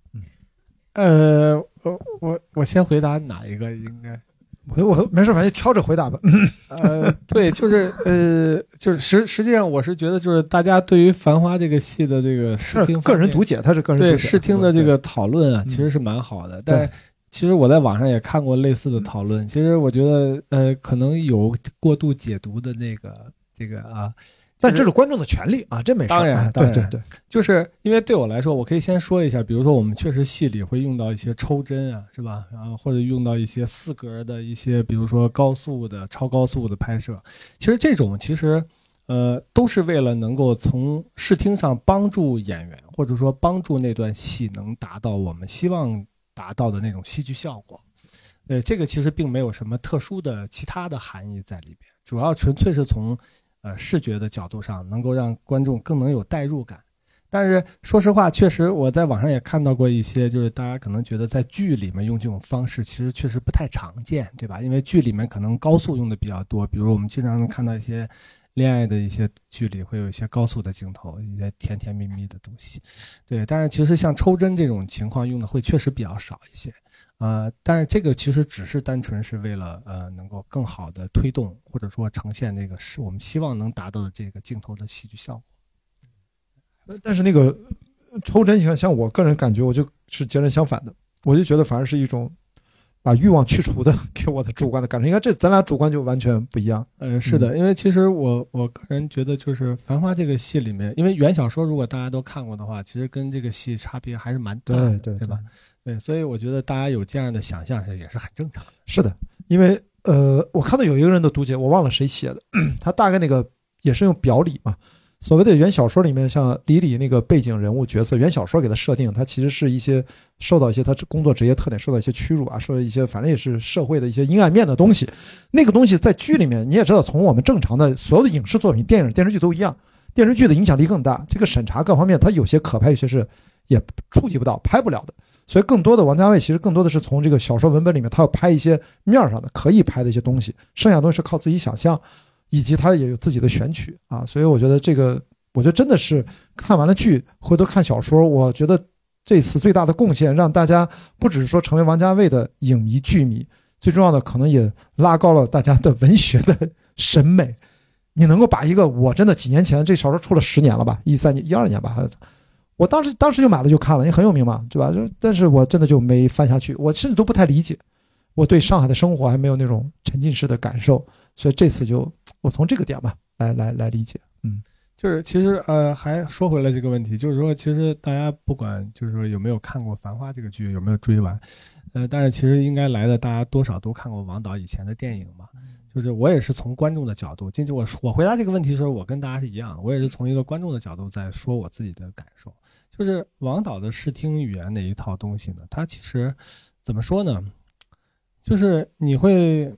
我先回答哪一个？应该我没事，反正挑着回答吧。 对，就是实际上我是觉得，就是大家对于《繁花》这个戏的这个视听个人读解，它是个人读解， 对视听的这个讨论啊，其实是蛮好的。但其实我在网上也看过类似的讨论，其实我觉得可能有过度解读的这个啊。 但这是观众的权利啊，这没事。 当然， 对， 就是因为对我来说，我可以先说一下，比如说我们确实戏里会用到一些抽帧啊，是吧？然后或者用到一些4格的一些，比如说高速的、超高速的拍摄。其实这种都是为了能够从视听上帮助演员，或者说帮助那段戏能达到我们希望达到的那种戏剧效果。这个其实并没有什么特殊的其他的含义在里边，主要纯粹是从视觉的角度上能够让观众更能有代入感。但是说实话，确实我在网上也看到过一些，就是大家可能觉得在剧里面用这种方式其实确实不太常见，对吧？因为剧里面可能高速用的比较多，比如我们经常能看到一些恋爱的一些剧里会有一些高速的镜头，一些甜甜蜜蜜的东西。对，但是其实像抽帧这种情况用的会确实比较少一些。但是这个其实只是单纯是为了能够更好的推动或者说呈现这个是我们希望能达到的这个镜头的戏剧效果。 但是那个抽帧像我个人感觉，我就是截然相反的，我就觉得反而是一种把欲望去除的给我的主观的感受。应该这咱俩主观就完全不一样。 是的，因为其实我个人觉得就是《繁花》这个戏里面，因为原小说如果大家都看过的话，其实跟这个戏差别还是蛮大的，对吧？对，所以我觉得大家有这样的想象也是很正常的。 是的，因为我看到有一个人的读解，我忘了谁写的，他大概那个也是用表里嘛。所谓的原小说里面，像李李那个背景人物角色，原小说给他设定，他其实是一些受到一些他工作职业特点受到一些屈辱啊，受到一些反正也是社会的一些阴暗面的东西。那个东西在剧里面你也知道，从我们正常的所有的影视作品、电影、电视剧都一样，电视剧的影响力更大，这个审查各方面，它有些可拍，有些是也触及不到、拍不了的。所以更多的王家卫其实更多的是从这个小说文本里面，他要拍一些面上的可以拍的一些东西，剩下的东西是靠自己想象，以及他也有自己的选取啊。所以我觉得真的是看完了剧回头看小说，我觉得这次最大的贡献让大家不只是说成为王家卫的影迷剧迷，最重要的可能也拉高了大家的文学的审美。你能够把一个我真的几年前这小说出了10年了吧，13年12年吧，我当时就买了就看了，也很有名嘛，对吧？但是我真的就没翻下去，我甚至都不太理解，我对上海的生活还没有那种沉浸式的感受，所以这次我从这个点吧来理解。 就是其实还说回来这个问题，就是说其实大家不管就是说有没有看过《繁花》这个剧，有没有追完，但是其实应该来的大家多少都看过王导以前的电影嘛。就是我也是从观众的角度，我回答这个问题的时候，我跟大家是一样的，我也是从一个观众的角度在说我自己的感受。就是王导的视听语言那一套东西呢，它其实怎么说呢？就是你会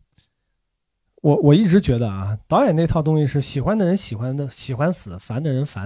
我一直觉得啊，导演那套东西是喜欢的人喜欢死，烦的人烦死。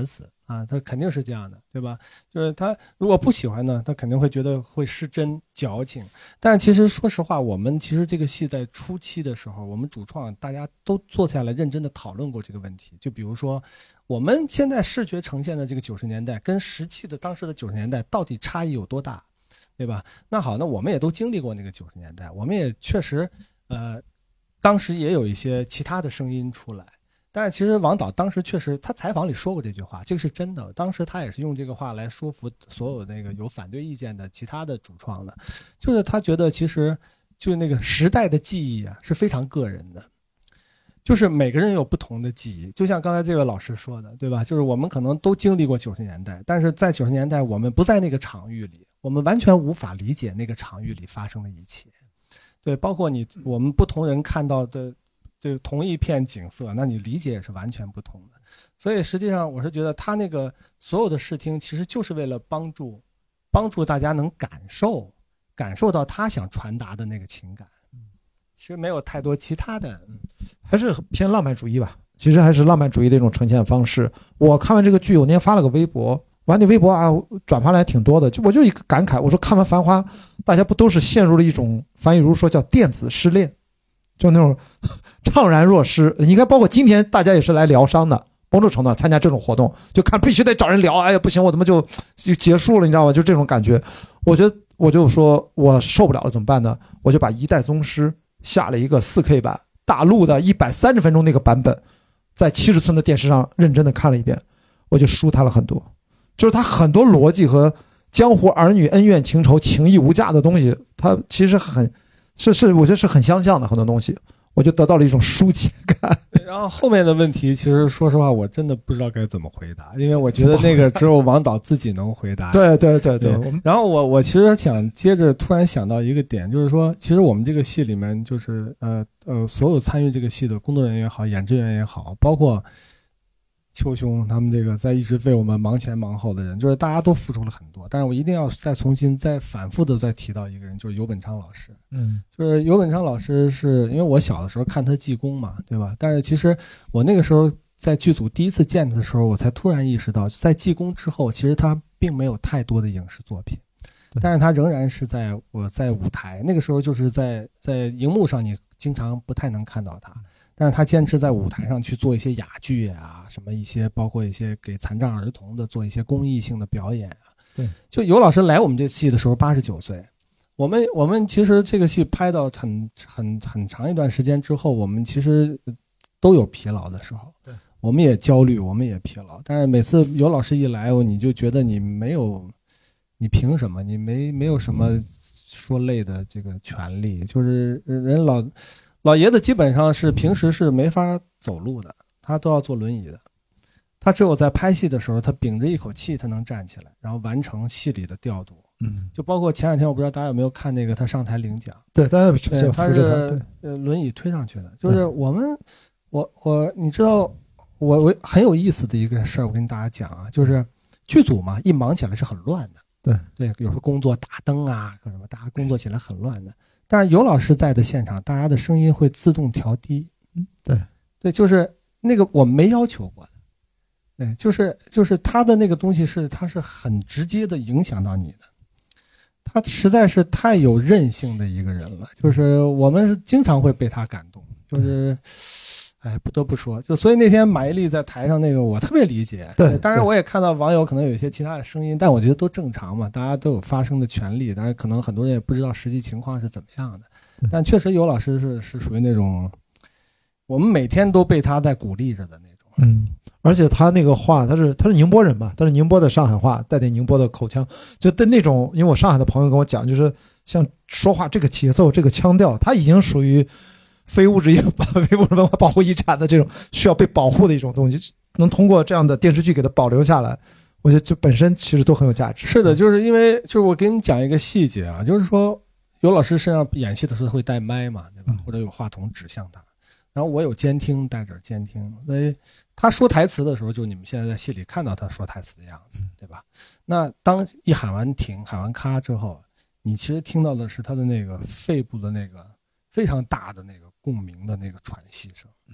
啊，他肯定是这样的，对吧？就是他如果不喜欢呢，他肯定会觉得会失真矫情。但其实说实话，我们其实这个戏在初期的时候，我们主创大家都坐下来认真的讨论过这个问题。就比如说，我们现在视觉呈现的这个90年代跟实际的当时的90年代到底差异有多大，对吧？那好，那我们也都经历过那个90年代，我们也确实当时也有一些其他的声音出来。但是其实王导当时确实，他采访里说过这句话，这个是真的。当时他也是用这个话来说服所有那个有反对意见的其他的主创的，就是他觉得其实就是那个时代的记忆啊是非常个人的，就是每个人有不同的记忆。就像刚才这位老师说的，对吧？就是我们可能都经历过90年代，但是在90年代我们不在那个场域里，我们完全无法理解那个场域里发生的一切。对，包括我们不同人看到的这同一片景色，那你理解也是完全不同的。所以实际上我是觉得他那个所有的视听其实就是为了帮助大家能感受到他想传达的那个情感，其实没有太多其他的。 还是偏浪漫主义吧，其实还是浪漫主义的一种呈现方式。我看完这个剧，我那天发了个微博，完那微博啊转发来挺多的，我就一个感慨，我说看完《繁花》，大家不都是陷入了一种樊亦茹说叫电子失恋，就那种怅然若失。应该包括今天大家也是来疗伤的，某种程度上参加这种活动，就看必须得找人聊，哎呀不行，我怎么就结束了，你知道吗？就这种感觉。我觉得我就说我受不了了，怎么办呢？我就把《一代宗师》下了一个 4K 版，大陆的130分钟那个版本，在70寸的电视上认真的看了一遍，我就舒坦了很多。就是他很多逻辑和江湖儿女恩怨情仇、情义无价的东西，他其实我觉得是很相像的很多东西，我就得到了一种疏解感。 然后后面的问题，其实说实话，我真的不知道该怎么回答，因为我觉得那个只有王导自己能回答。 对。 然后我其实想接着突然想到一个点，就是说，其实我们这个戏里面，就是所有参与这个戏的工作人员也好，演职员也好，包括秋兄他们这个在一直为我们忙前忙后的人，就是大家都付出了很多。但是我一定要再反复的再提到一个人，就是游本昌老师。就是游本昌老师，是因为我小的时候看他济公嘛，对吧？但是其实我那个时候在剧组第一次见他的时候，我才突然意识到，在济公之后，其实他并没有太多的影视作品，但是他仍然是在舞台。那个时候就是在荧幕上你经常不太能看到他。但是他坚持在舞台上去做一些哑剧啊，什么一些包括一些给残障儿童的做一些公益性的表演啊。 对， 就游老师来我们这戏的时候89岁，我们其实这个戏拍到很长一段时间之后，我们其实都有疲劳的时候。 对， 我们也焦虑，我们也疲劳。但是每次游老师一来，你就觉得你凭什么？你没有什么说累的这个权利，就是人老爷子基本上是平时是没法走路的，他都要坐轮椅的。他只有在拍戏的时候，他屏着一口气，他能站起来，然后完成戏里的调度。就包括前两天，我不知道大家有没有看那个他上台领奖。 对，大家他是轮椅推上去的。就是你知道，我很有意思的一个事儿，我跟大家讲啊，就是剧组嘛，一忙起来是很乱的。对，有时候工作打灯啊，什么，大家工作起来很乱的。但是游老师在的现场，大家的声音会自动调低。对，就是那个我没要求过的。对，就是他的那个东西他是很直接的影响到你的。他实在是太有韧性的一个人了，就是我们是经常会被他感动。就是不得不说，就所以那天马伊琍在台上那个，我特别理解。对，当然我也看到网友可能有一些其他的声音，但我觉得都正常嘛，大家都有发声的权利。当然，可能很多人也不知道实际情况是怎么样的，但确实游老师是属于那种，我们每天都被他在鼓励着的那种。 而且他那个话，他是宁波人嘛，他是宁波的上海话，带点宁波的口腔，就的那种。因为我上海的朋友跟我讲，就是像说话这个节奏、这个腔调，他已经属于非物质文化保护遗产的这种需要被保护的一种东西，能通过这样的电视剧给它保留下来，我觉得这本身其实都很有价值。 是的，就是因为就是我给你讲一个细节啊，就是说游老师身上演戏的时候会带麦嘛，对吧？或者有话筒指向他，然后我有监听，带着监听，所以他说台词的时候，就你们现在在戏里看到他说台词的样子，对吧？那当一喊完停、喊完咔之后，你其实听到的是他的那个肺部的那个非常大的那个共鸣的那个喘息声。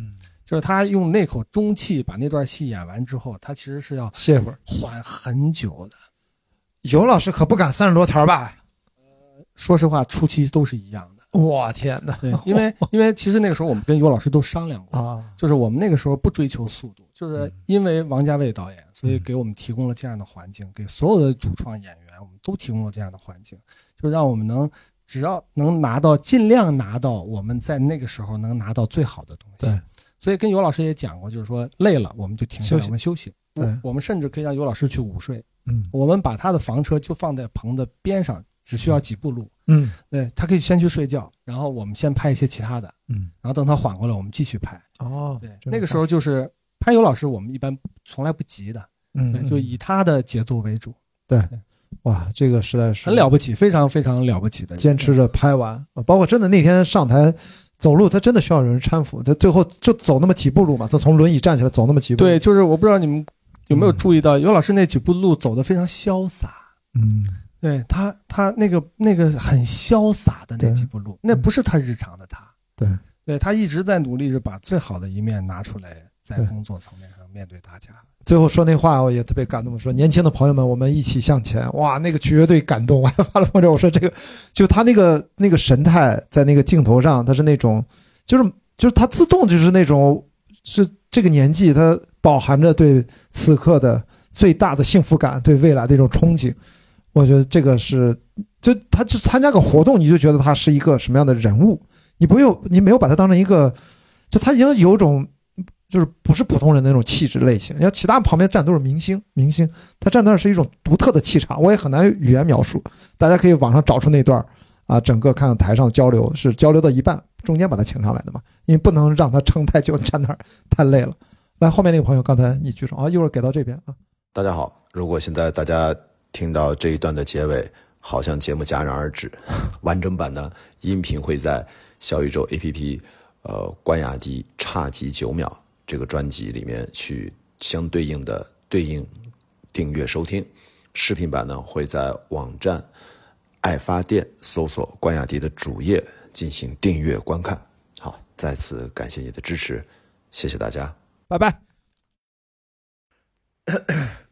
就是他用那口中气把那段戏演完之后，他其实是要歇会儿， 缓很久的。 尤老师可不敢30多条吧？ 说实话，初期都是一样的。 我天哪！ 对，因为其实那个时候我们跟尤老师都商量过啊，就是我们那个时候不追求速度，就是因为王家卫导演，所以给我们提供了这样的环境，给所有的主创演员，我们都提供了这样的环境，就让我们只要能尽量拿到我们在那个时候能拿到最好的东西。 对， 所以跟尤老师也讲过，就是说累了我们就停下来，我们休息。 对， 我们甚至可以让尤老师去午睡。我们把他的房车就放在棚的边上，只需要几步路。对，他可以先去睡觉，然后我们先拍一些其他的。然后等他缓过来，我们继续拍。对，那个时候就是拍尤老师，我们一般从来不急的。对，就以他的节奏为主。 对。哇，这个实在是很了不起，非常非常了不起的， 坚持着拍完。包括真的那天上台走路，他真的需要有人搀扶，他最后就走那么几步路嘛，他从轮椅站起来走那么几步。 对，就是我不知道你们有没有注意到，尤老师那几步路走得非常潇洒。对，他那个很潇洒的那几步路，那不是他日常的他。对，他一直在努力着把最好的一面拿出来，在工作层面上面对大家。 最后说那话我也特别感动，说年轻的朋友们，我们一起向前。哇，那个绝对感动，我还发了朋友圈，我说这个就他那个神态在那个镜头上，他是那种就是他自动就是那种是这个年纪他饱含着对此刻的最大的幸福感，对未来的一种憧憬。我觉得这个是就他去参加个活动，你就觉得他是一个什么样的人物，你没有把他当成一个，就他已经有种就是不是普通人的那种气质类型。你看其他旁边站都是明星，他站那是一种独特的气场，我也很难语言描述。大家可以网上找出那段啊，整个看台上交流是交流到一半，中间把他请上来的嘛，因为不能让他撑太久，站那儿太累了。来，后面那个朋友，刚才你举手啊，一会儿给到这边啊。 大家好，如果现在大家听到这一段的结尾，好像节目戛然而止，完整版的音频会在小宇宙 APP 关雅迪差几9秒这个专辑里面去相对应订阅收听，视频版呢会在网站爱发电搜索关雅迪的主页进行订阅观看。好，再次感谢你的支持，谢谢大家， 拜拜。